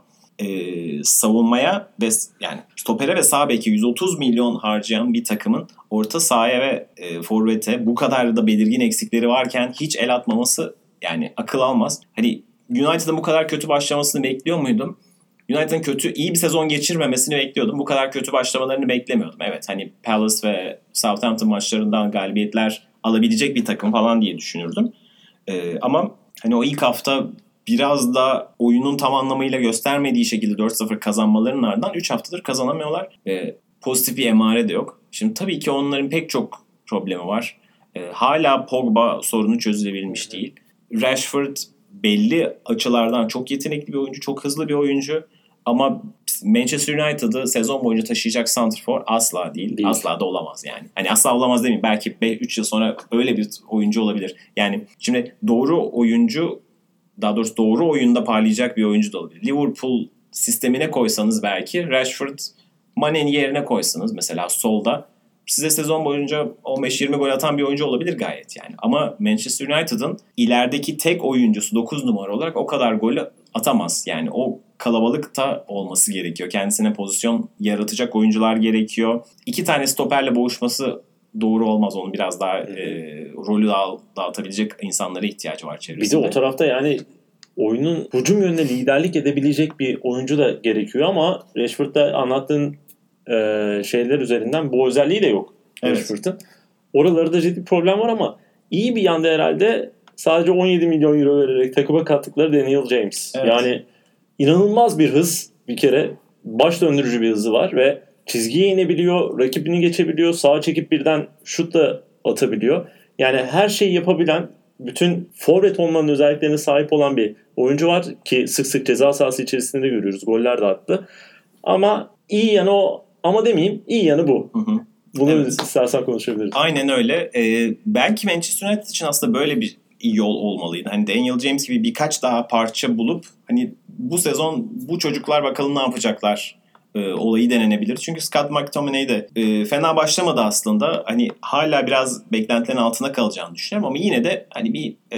savunmaya ve yani stopere ve sağ beke 130 milyon harcayan bir takımın orta sahaya ve forvete bu kadar da belirgin eksikleri varken hiç el atmaması yani akıl almaz. Hani United'ın bu kadar kötü başlamasını bekliyor muydum? United'ın iyi bir sezon geçirmemesini bekliyordum. Bu kadar kötü başlamalarını beklemiyordum. Evet hani Palace ve Southampton maçlarından galibiyetler alabilecek bir takım falan diye düşünürdüm. Ama hani o ilk hafta biraz da oyunun tam anlamıyla göstermediği şekilde 4-0 kazanmalarının ardından 3 haftadır kazanamıyorlar. Pozitif bir emare de yok. Şimdi tabii ki onların pek çok problemi var. Hala Pogba sorunu çözülebilmiş değil. Rashford belli açılardan çok yetenekli bir oyuncu, çok hızlı bir oyuncu. Ama Manchester United'ı sezon boyunca taşıyacak santrfor asla değil. Asla da olamaz yani. Hani asla olamaz demeyeyim. Belki 3 yıl sonra öyle bir oyuncu olabilir. Yani şimdi doğru oyuncu, daha doğrusu doğru oyunda parlayacak bir oyuncu da olabilir. Liverpool sistemine koysanız belki Rashford, Mane'nin yerine koysanız mesela solda size sezon boyunca 15-20 gol atan bir oyuncu olabilir gayet yani. Ama Manchester United'ın ilerideki tek oyuncusu 9 numara olarak o kadar golü atamaz. Yani o kalabalıkta olması gerekiyor. Kendisine pozisyon yaratacak oyuncular gerekiyor. 2 tane stoperle boğuşması doğru olmaz. Onun biraz daha rolü dağıtabilecek insanlara ihtiyacı var çevresinde. Bir de o tarafta yani oyunun hücum yönüne liderlik edebilecek bir oyuncu da gerekiyor ama Rashford'da anlattığın şeyler üzerinden bu özelliği de yok. Evet. Rashford'ın. Oralarda ciddi problem var ama iyi bir yanda herhalde sadece 17 milyon euro vererek takıma kattıkları Daniel James. Evet. Yani inanılmaz bir hız, bir kere baş döndürücü bir hızı var ve çizgiye inebiliyor, rakibini geçebiliyor, sağa çekip birden şut da atabiliyor. Yani her şeyi yapabilen, bütün forvet olmanın özelliklerine sahip olan bir oyuncu var ki sık sık ceza sahası içerisinde de görüyoruz. Goller de attı. Ama iyi yanı o, ama demeyeyim, iyi yanı bu. Hı hı. Bunu Evet. istersen konuşabiliriz. Aynen öyle. Belki Manchester United için aslında böyle bir yol olmalıydı. Hani Daniel James gibi birkaç daha parça bulup hani bu sezon bu çocuklar bakalım ne yapacaklar olayı denenebilir. Çünkü Scott McTominay de fena başlamadı aslında. Hani hala biraz beklentilerin altına kalacağını düşünüyorum ama yine de hani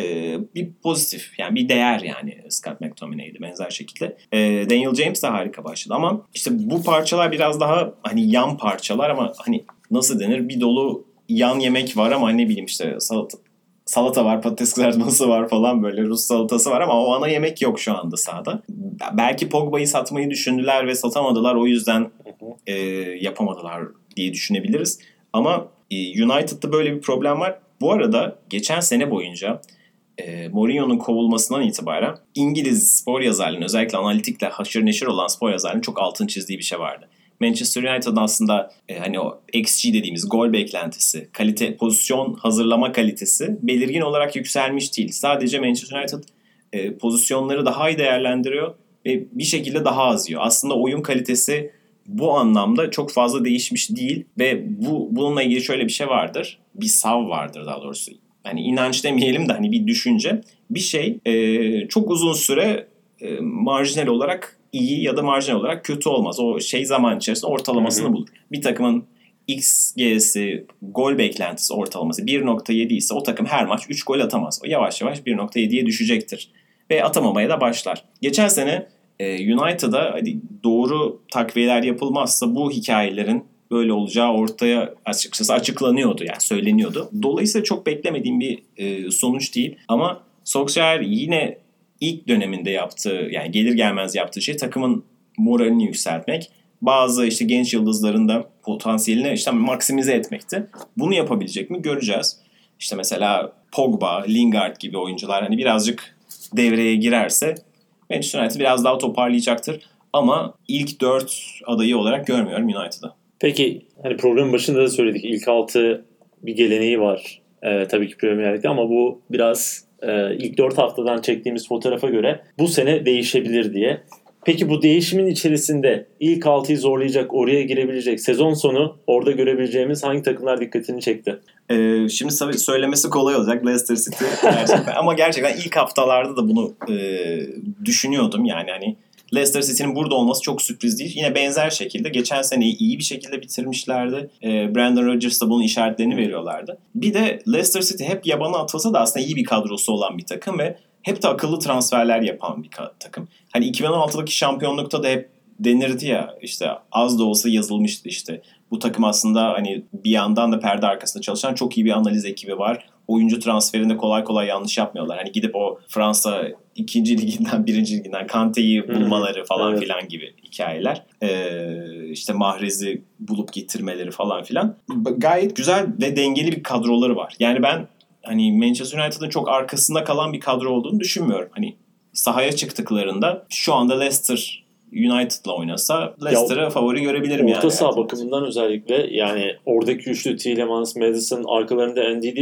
bir pozitif, yani bir değer yani Scott McTominay'di benzer şekilde. Daniel James de harika başladı ama işte bu parçalar biraz daha hani yan parçalar ama hani nasıl denir, bir dolu yan yemek var ama ne bileyim işte salata var, patates kızartması var falan, böyle Rus salatası var ama o ana yemek yok şu anda sahada. Belki Pogba'yı satmayı düşündüler ve satamadılar, o yüzden yapamadılar diye düşünebiliriz. Ama United'da böyle bir problem var. Bu arada geçen sene boyunca Mourinho'nun kovulmasından itibaren İngiliz spor yazarlarının, özellikle analitikle haşır neşir olan spor yazarlarının çok altın çizdiği bir şey vardı. Manchester United'ın aslında hani o XG dediğimiz gol beklentisi, kalite, pozisyon hazırlama kalitesi belirgin olarak yükselmiş değil. Sadece Manchester United pozisyonları daha iyi değerlendiriyor ve bir şekilde daha az yiyor. Aslında oyun kalitesi bu anlamda çok fazla değişmiş değil ve bununla ilgili şöyle bir şey vardır. Bir sav vardır daha doğrusu. Hani inanç demeyelim de hani bir düşünce. Bir şey çok uzun süre marjinal olarak iyi ya da marjinal olarak kötü olmaz. O şey zaman içerisinde ortalamasını bulur. Bir takımın XG'si, gol beklentisi ortalaması 1.7 ise o takım her maç 3 gol atamaz. O yavaş yavaş 1.7'ye düşecektir. Ve atamamaya da başlar. Geçen sene United'a hani doğru takviyeler yapılmazsa bu hikayelerin böyle olacağı ortaya açıkçası açıklanıyordu, yani söyleniyordu. Dolayısıyla çok beklemediğim bir sonuç değil. Ama Solskjaer yine ilk döneminde yaptığı, yani gelir gelmez yaptığı şey takımın moralini yükseltmek. Bazı işte genç yıldızların da potansiyelini işte maksimize etmekti. Bunu yapabilecek mi göreceğiz. İşte mesela Pogba, Lingard gibi oyuncular hani birazcık devreye girerse Manchester United biraz daha toparlayacaktır. Ama ilk 4 adayı olarak görmüyorum United'ı. Peki hani programın başında da söyledik, ilk 6 bir geleneği var. Tabii ki Premier Lig'de ama bu biraz ilk 4 haftadan çektiğimiz fotoğrafa göre bu sene değişebilir diye. Peki bu değişimin içerisinde ilk 6'yı zorlayacak, oraya girebilecek, sezon sonu orada görebileceğimiz hangi takımlar dikkatini çekti? Şimdi söylemesi kolay olacak Leicester City gerçekten. Ama gerçekten ilk haftalarda da bunu düşünüyordum. Yani hani Leicester City'nin burada olması çok sürpriz değil. Yine benzer şekilde geçen seneyi iyi bir şekilde bitirmişlerdi. Brandon Rodgers da bunun işaretlerini veriyorlardı. Bir de Leicester City hep yabana atılsa da aslında iyi bir kadrosu olan bir takım ve hep de akıllı transferler yapan bir takım. Hani 2016'daki şampiyonlukta da hep denirdi ya, işte az da olsa yazılmıştı işte. Bu takım aslında hani bir yandan da perde arkasında çalışan çok iyi bir analiz ekibi var. Oyuncu transferinde kolay kolay yanlış yapmıyorlar. Hani gidip o Fransa 2. liginden 1. liginden Kante'yi bulmaları falan filan gibi hikayeler. İşte Mahrez'i bulup getirmeleri falan filan. Gayet güzel ve dengeli bir kadroları var. Yani ben hani Manchester United'ın çok arkasında kalan bir kadro olduğunu düşünmüyorum. Hani sahaya çıktıklarında şu anda Leicester United'la oynasa Leicester'a favori görebilirim yani. Orta saha bakımından özellikle yani oradaki üçlü Tielemans, Maddison, arkalarında Ndidi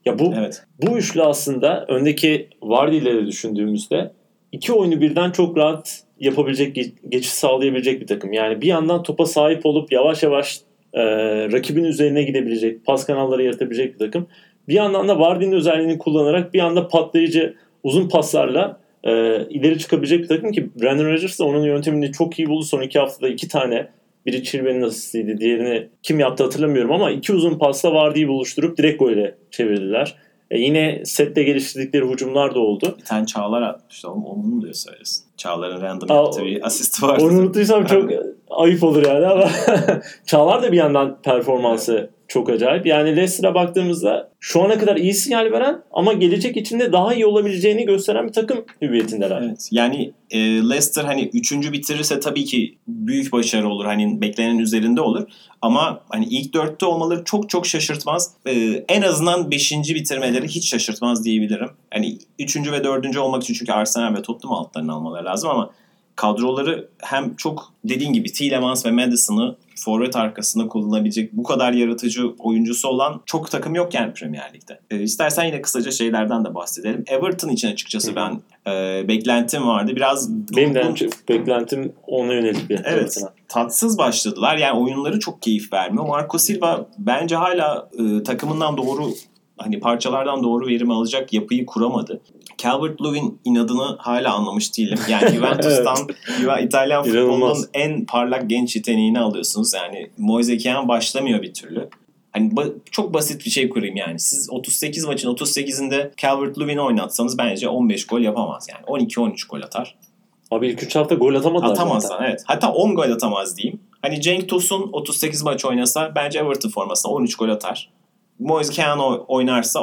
Ya bu üçlü aslında öndeki Vardy ile de düşündüğümüzde iki oyunu birden çok rahat yapabilecek, geçiş sağlayabilecek bir takım. Yani bir yandan topa sahip olup yavaş yavaş rakibin üzerine gidebilecek, pas kanalları yaratabilecek bir takım. Bir yandan da Vardy'nin özelliğini kullanarak bir anda patlayıcı uzun paslarla ileri çıkabilecek bir takım ki Brandon Rodgers da onun yöntemini çok iyi buldu. Son 2 haftada 2 tane, biri Chilwell'in asistiydi, diğerini kim yaptı hatırlamıyorum ama 2 uzun pasla Vardy'yi buluşturup direkt gole çevirdiler. Yine sette geliştirdikleri hücumlar da oldu. Bir tane Çağlar atmıştı. Onu mu diyor söylesin? Çağlar'ın random yaptığı bir asisti vardı. Onu unuttuysam çok ayıp olur yani ama Çağlar da bir yandan performansı çok acayip. Yani Leicester'a baktığımızda şu ana kadar iyi sinyal veren ama gelecek içinde daha iyi olabileceğini gösteren bir takım hüviyetindeler. Evet. Yani Leicester hani 3. bitirirse tabii ki büyük başarı olur. Hani beklenenin üzerinde olur. Ama hani ilk 4'te olmaları çok çok şaşırtmaz. En azından 5. bitirmeleri hiç şaşırtmaz diyebilirim. Hani 3. ve 4. olmak için çünkü Arsenal ve Tottenham altlarını almaları lazım ama kadroları hem çok dediğin gibi Tielemans ve Maddison'ı forvet arkasında kullanabilecek bu kadar yaratıcı oyuncusu olan çok takım yok yani Premier Lig'de. İstersen yine kısaca şeylerden de bahsedelim. Everton için açıkçası ben beklentim vardı. Biraz benim de beklentim ona yönelik bir. Evet. Tatsız başladılar. Yani oyunları çok keyif vermiyor. Marco Silva bence hala takımından doğru hani parçalardan doğru verim alacak yapıyı kuramadı. Calvert-Lewin inadını hala anlamış değilim. Yani Juventus'tan İtalyan futbolunun en parlak genç yeteneğini alıyorsunuz. Yani Moise Kean başlamıyor bir türlü. Hani çok basit bir şey kurayım yani. Siz 38 maçın 38'inde Calvert-Lewin'i oynatsanız bence 15 gol yapamaz yani. 12-13 gol atar. Abi ilk 3 hafta gol atamadılar. Atamazlar evet. Hatta 10 gol atamaz diyeyim. Hani Cenk Tosun 38 maç oynasa bence Everton formasına 13 gol atar. Moise Kean oynarsa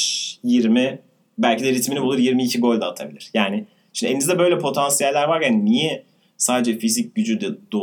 15-20 belki de ritmini bulur 22 gol de atabilir. Yani şimdi elinizde böyle potansiyeller var yani niye sadece fizik gücü de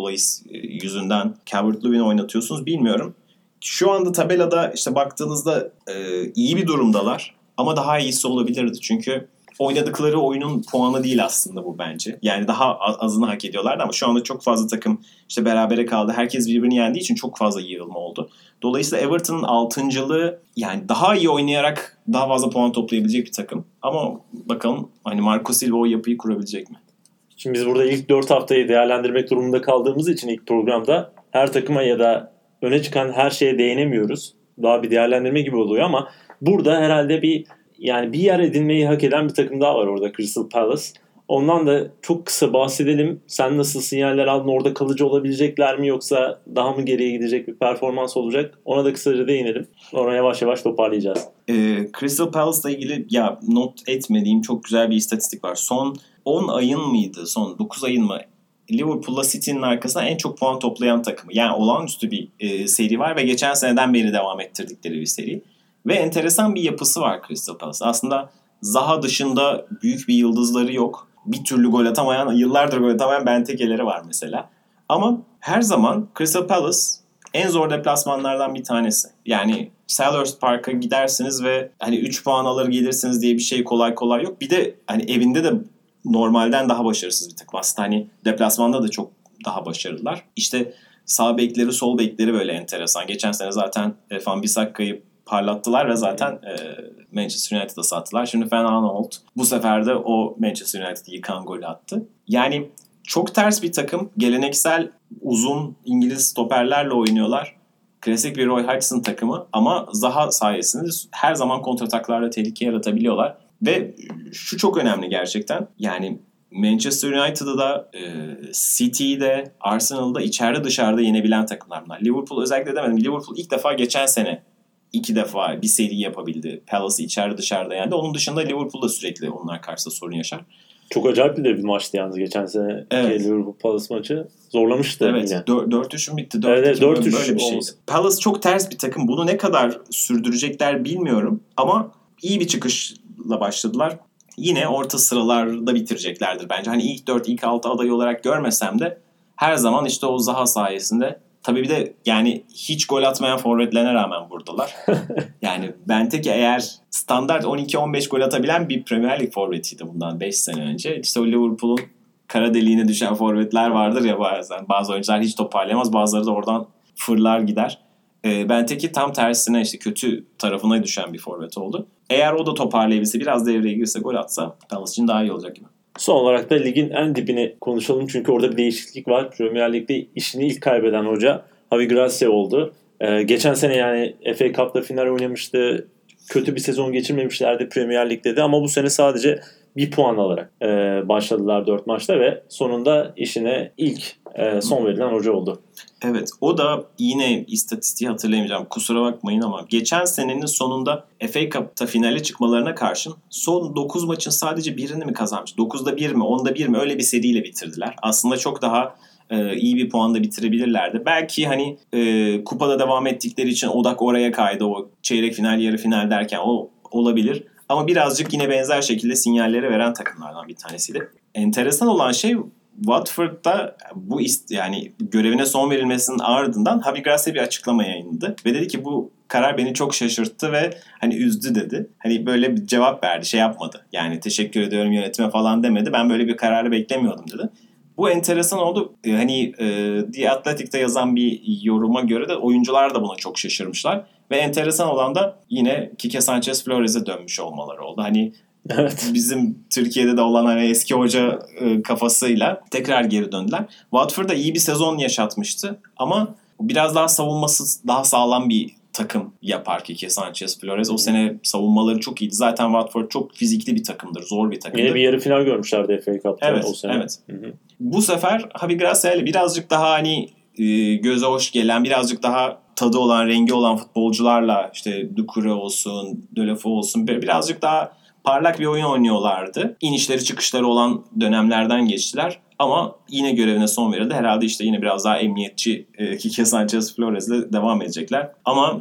yüzünden Calvert-Lewin'i oynatıyorsunuz bilmiyorum. Şu anda tabelada işte baktığınızda iyi bir durumdalar ama daha iyisi olabilirdi. Çünkü oynadıkları oyunun puanı değil aslında bu bence. Yani daha azını hak ediyorlardı ama şu anda çok fazla takım işte berabere kaldı. Herkes birbirini yendiği için çok fazla yığılma oldu. Dolayısıyla Everton'ın 6.'lığı yani daha iyi oynayarak daha fazla puan toplayabilecek bir takım. Ama bakalım hani Marco Silva o yapıyı kurabilecek mi? Şimdi biz burada ilk 4 haftayı değerlendirmek durumunda kaldığımız için ilk programda her takıma ya da öne çıkan her şeye değinemiyoruz. Daha bir değerlendirme gibi oluyor ama burada herhalde bir yer edinmeyi hak eden bir takım daha var orada, Crystal Palace. Ondan da çok kısa bahsedelim. Sen nasıl sinyaller aldın? Orada kalıcı olabilecekler mi yoksa daha mı geriye gidecek bir performans olacak? Ona da kısaca değinelim. Sonra yavaş yavaş toparlayacağız. Crystal Palace'la ilgili not etmediğim çok güzel bir istatistik var. Son 10 ayın mıydı? Son 9 ayın mı? Liverpool'la City'nin arkasından en çok puan toplayan takımı. Yani olağanüstü bir seri var ve geçen seneden beri devam ettirdikleri bir seri. Ve enteresan bir yapısı var Crystal Palace. Aslında Zaha dışında büyük bir yıldızları yok. Bir türlü gol atamayan, yıllardır gol atamayan Benteke'leri var mesela. Ama her zaman Crystal Palace en zor deplasmanlardan bir tanesi. Yani Selhurst Park'a gidersiniz ve hani 3 puan alır gelirsiniz diye bir şey kolay kolay yok. Bir de hani evinde de normalden daha başarısız bir takım. Aslında hani deplasmanda da çok daha başarılılar. İşte sağ bekleri, sol bekleri böyle enteresan. Geçen sene zaten Wan-Bissakka'yı parlattılar ve zaten Manchester United'a sattılar. Şimdi Van Aanholt bu sefer de o Manchester United'ı yıkan golü attı. Yani çok ters bir takım. Geleneksel uzun İngiliz stoperlerle oynuyorlar. Klasik bir Roy Hodgson takımı ama Zaha sayesinde her zaman kontrataklarla tehlike yaratabiliyorlar. Ve şu çok önemli gerçekten. Yani Manchester United'ı da City'yi de Arsenal'ı da içeride dışarıda yenebilen takımlar bunlar. Liverpool özellikle demedim. Liverpool ilk defa geçen sene 2 defa bir seri yapabildi. Palace'ı içeride dışarıda yendi. Onun dışında Liverpool da sürekli onlar karşısında sorun yaşar. Çok acayip bir maçtı yalnız geçen sene. Evet. Liverpool Palace maçı zorlamıştı. Evet. 4-3'ün bitti. 4-3 evet, böyle bir şeydi. Palace çok ters bir takım. Bunu ne kadar sürdürecekler bilmiyorum. Ama iyi bir çıkışla başladılar. Yine orta sıralarda bitireceklerdir bence. Hani ilk 4, ilk 6 aday olarak görmesem de her zaman işte o Zaha sayesinde. Tabii bir de yani hiç gol atmayan forvetlerine rağmen buradalar. Yani Benteke eğer standart 12-15 gol atabilen bir Premier Lig forvetiydi bundan 5 sene önce. İşte o Liverpool'un kara deliğine düşen forvetler vardır ya bazen. Bazı oyuncular hiç toparlayamaz, bazıları da oradan fırlar gider. Benteke tam tersine işte kötü tarafına düşen bir forvet oldu. Eğer o da toparlayabilse, biraz devreye girse, gol atsa Palace için daha iyi olacak gibi. Son olarak da ligin en dibini konuşalım. Çünkü orada bir değişiklik var. Premier Lig'de işini ilk kaybeden hoca Javi Gracia oldu. Geçen sene yani FA Cup'ta final oynamıştı. Kötü bir sezon geçirmemişlerdi Premier Lig'de de ama bu sene sadece bir puan alarak başladılar 4 maçta ve sonunda işine ilk son verilen hoca oldu. Evet, o da yine istatistiği hatırlayamayacağım, kusura bakmayın ama geçen senenin sonunda FA Cup'ta finale çıkmalarına karşın son 9 maçın sadece birini mi kazanmış? 9'da 1 mi, 10'da 1 mi, öyle bir seriyle bitirdiler. Aslında çok daha iyi bir puanda bitirebilirlerdi. Belki hani kupada devam ettikleri için odak oraya kaydı, o çeyrek final, yarı final derken o olabilir. Ama birazcık yine benzer şekilde sinyalleri veren takımlardan bir tanesiydi. Enteresan olan şey, Watford'da bu yani görevine son verilmesinin ardından Javi Gracia bir açıklama yayınladı ve dedi ki bu karar beni çok şaşırttı ve hani üzdü dedi. Hani böyle bir cevap verdi, şey yapmadı. Yani teşekkür ediyorum yönetime falan demedi. Ben böyle bir kararı beklemiyordum dedi. Bu enteresan oldu. Hani The Athletic'te yazan bir yoruma göre de oyuncular da buna çok şaşırmışlar. Ve enteresan olan da yine Quique Sanchez Flores'e dönmüş olmaları oldu. Hani evet. Bizim Türkiye'de de olan hani eski hoca kafasıyla tekrar geri döndüler. Watford'a iyi bir sezon yaşatmıştı ama biraz daha savunması daha sağlam bir takım yapar Quique Sanchez Flores. O sene savunmaları çok iyiydi. Zaten Watford çok fizikli bir takımdır, zor bir takımdır. Yine bir yarı final görmüşlerdi FA Cup'ta evet, o sene. Evet. Bu sefer Javi Gracia ile birazcık daha hani göze hoş gelen, birazcık daha tadı olan, rengi olan futbolcularla işte Doucouré olsun, Deulofeu olsun birazcık daha parlak bir oyun oynuyorlardı. İnişleri çıkışları olan dönemlerden geçtiler. Ama yine görevine son verildi. Herhalde işte yine biraz daha emniyetçi Quique Sanchez Flores'le devam edecekler. Ama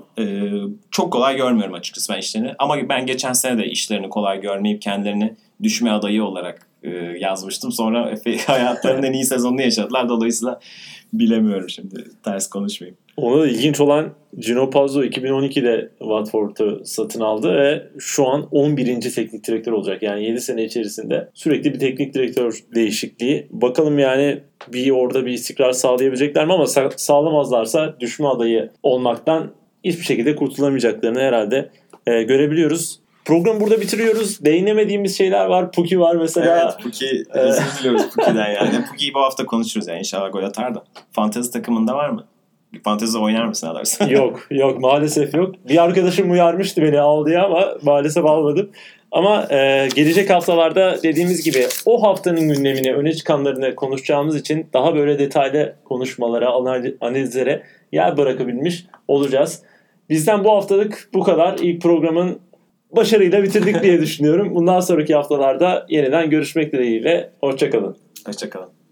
çok kolay görmüyorum açıkçası ben işlerini. Ama ben geçen sene de işlerini kolay görmeyip kendilerini düşme adayı olarak yazmıştım. Sonra hayatlarının en iyi sezonunu yaşadılar. Dolayısıyla bilemiyorum şimdi. Ters konuşmayayım. Ona da ilginç olan Gino Pazzo 2012'de Watford'u satın aldı ve şu an 11. teknik direktör olacak. Yani 7 sene içerisinde sürekli bir teknik direktör değişikliği. Bakalım yani orada bir istikrar sağlayabilecekler mi ama sağlamazlarsa düşme adayı olmaktan hiçbir şekilde kurtulamayacaklarını herhalde görebiliyoruz. Programı burada bitiriyoruz. Değinemediğimiz şeyler var. Puki var mesela. Evet, Puki. Özür diliyoruz Puki'den yani. Puki'yi bu hafta konuşuruz yani. İnşallah gol atar da. Fantezi takımında var mı? Fantezi oynar mısın Adarsın? Yok maalesef yok. Bir arkadaşım uyarmıştı beni al diye ama maalesef almadım. Ama gelecek haftalarda dediğimiz gibi o haftanın gündemini, öne çıkanlarını konuşacağımız için daha böyle detaylı konuşmalara, analizlere yer bırakabilmiş olacağız. Bizden bu haftalık bu kadar. İlk programın başarıyla bitirdik diye düşünüyorum. Bundan sonraki haftalarda yeniden görüşmek dileğiyle. Hoşça kalın. Hoşça kalın.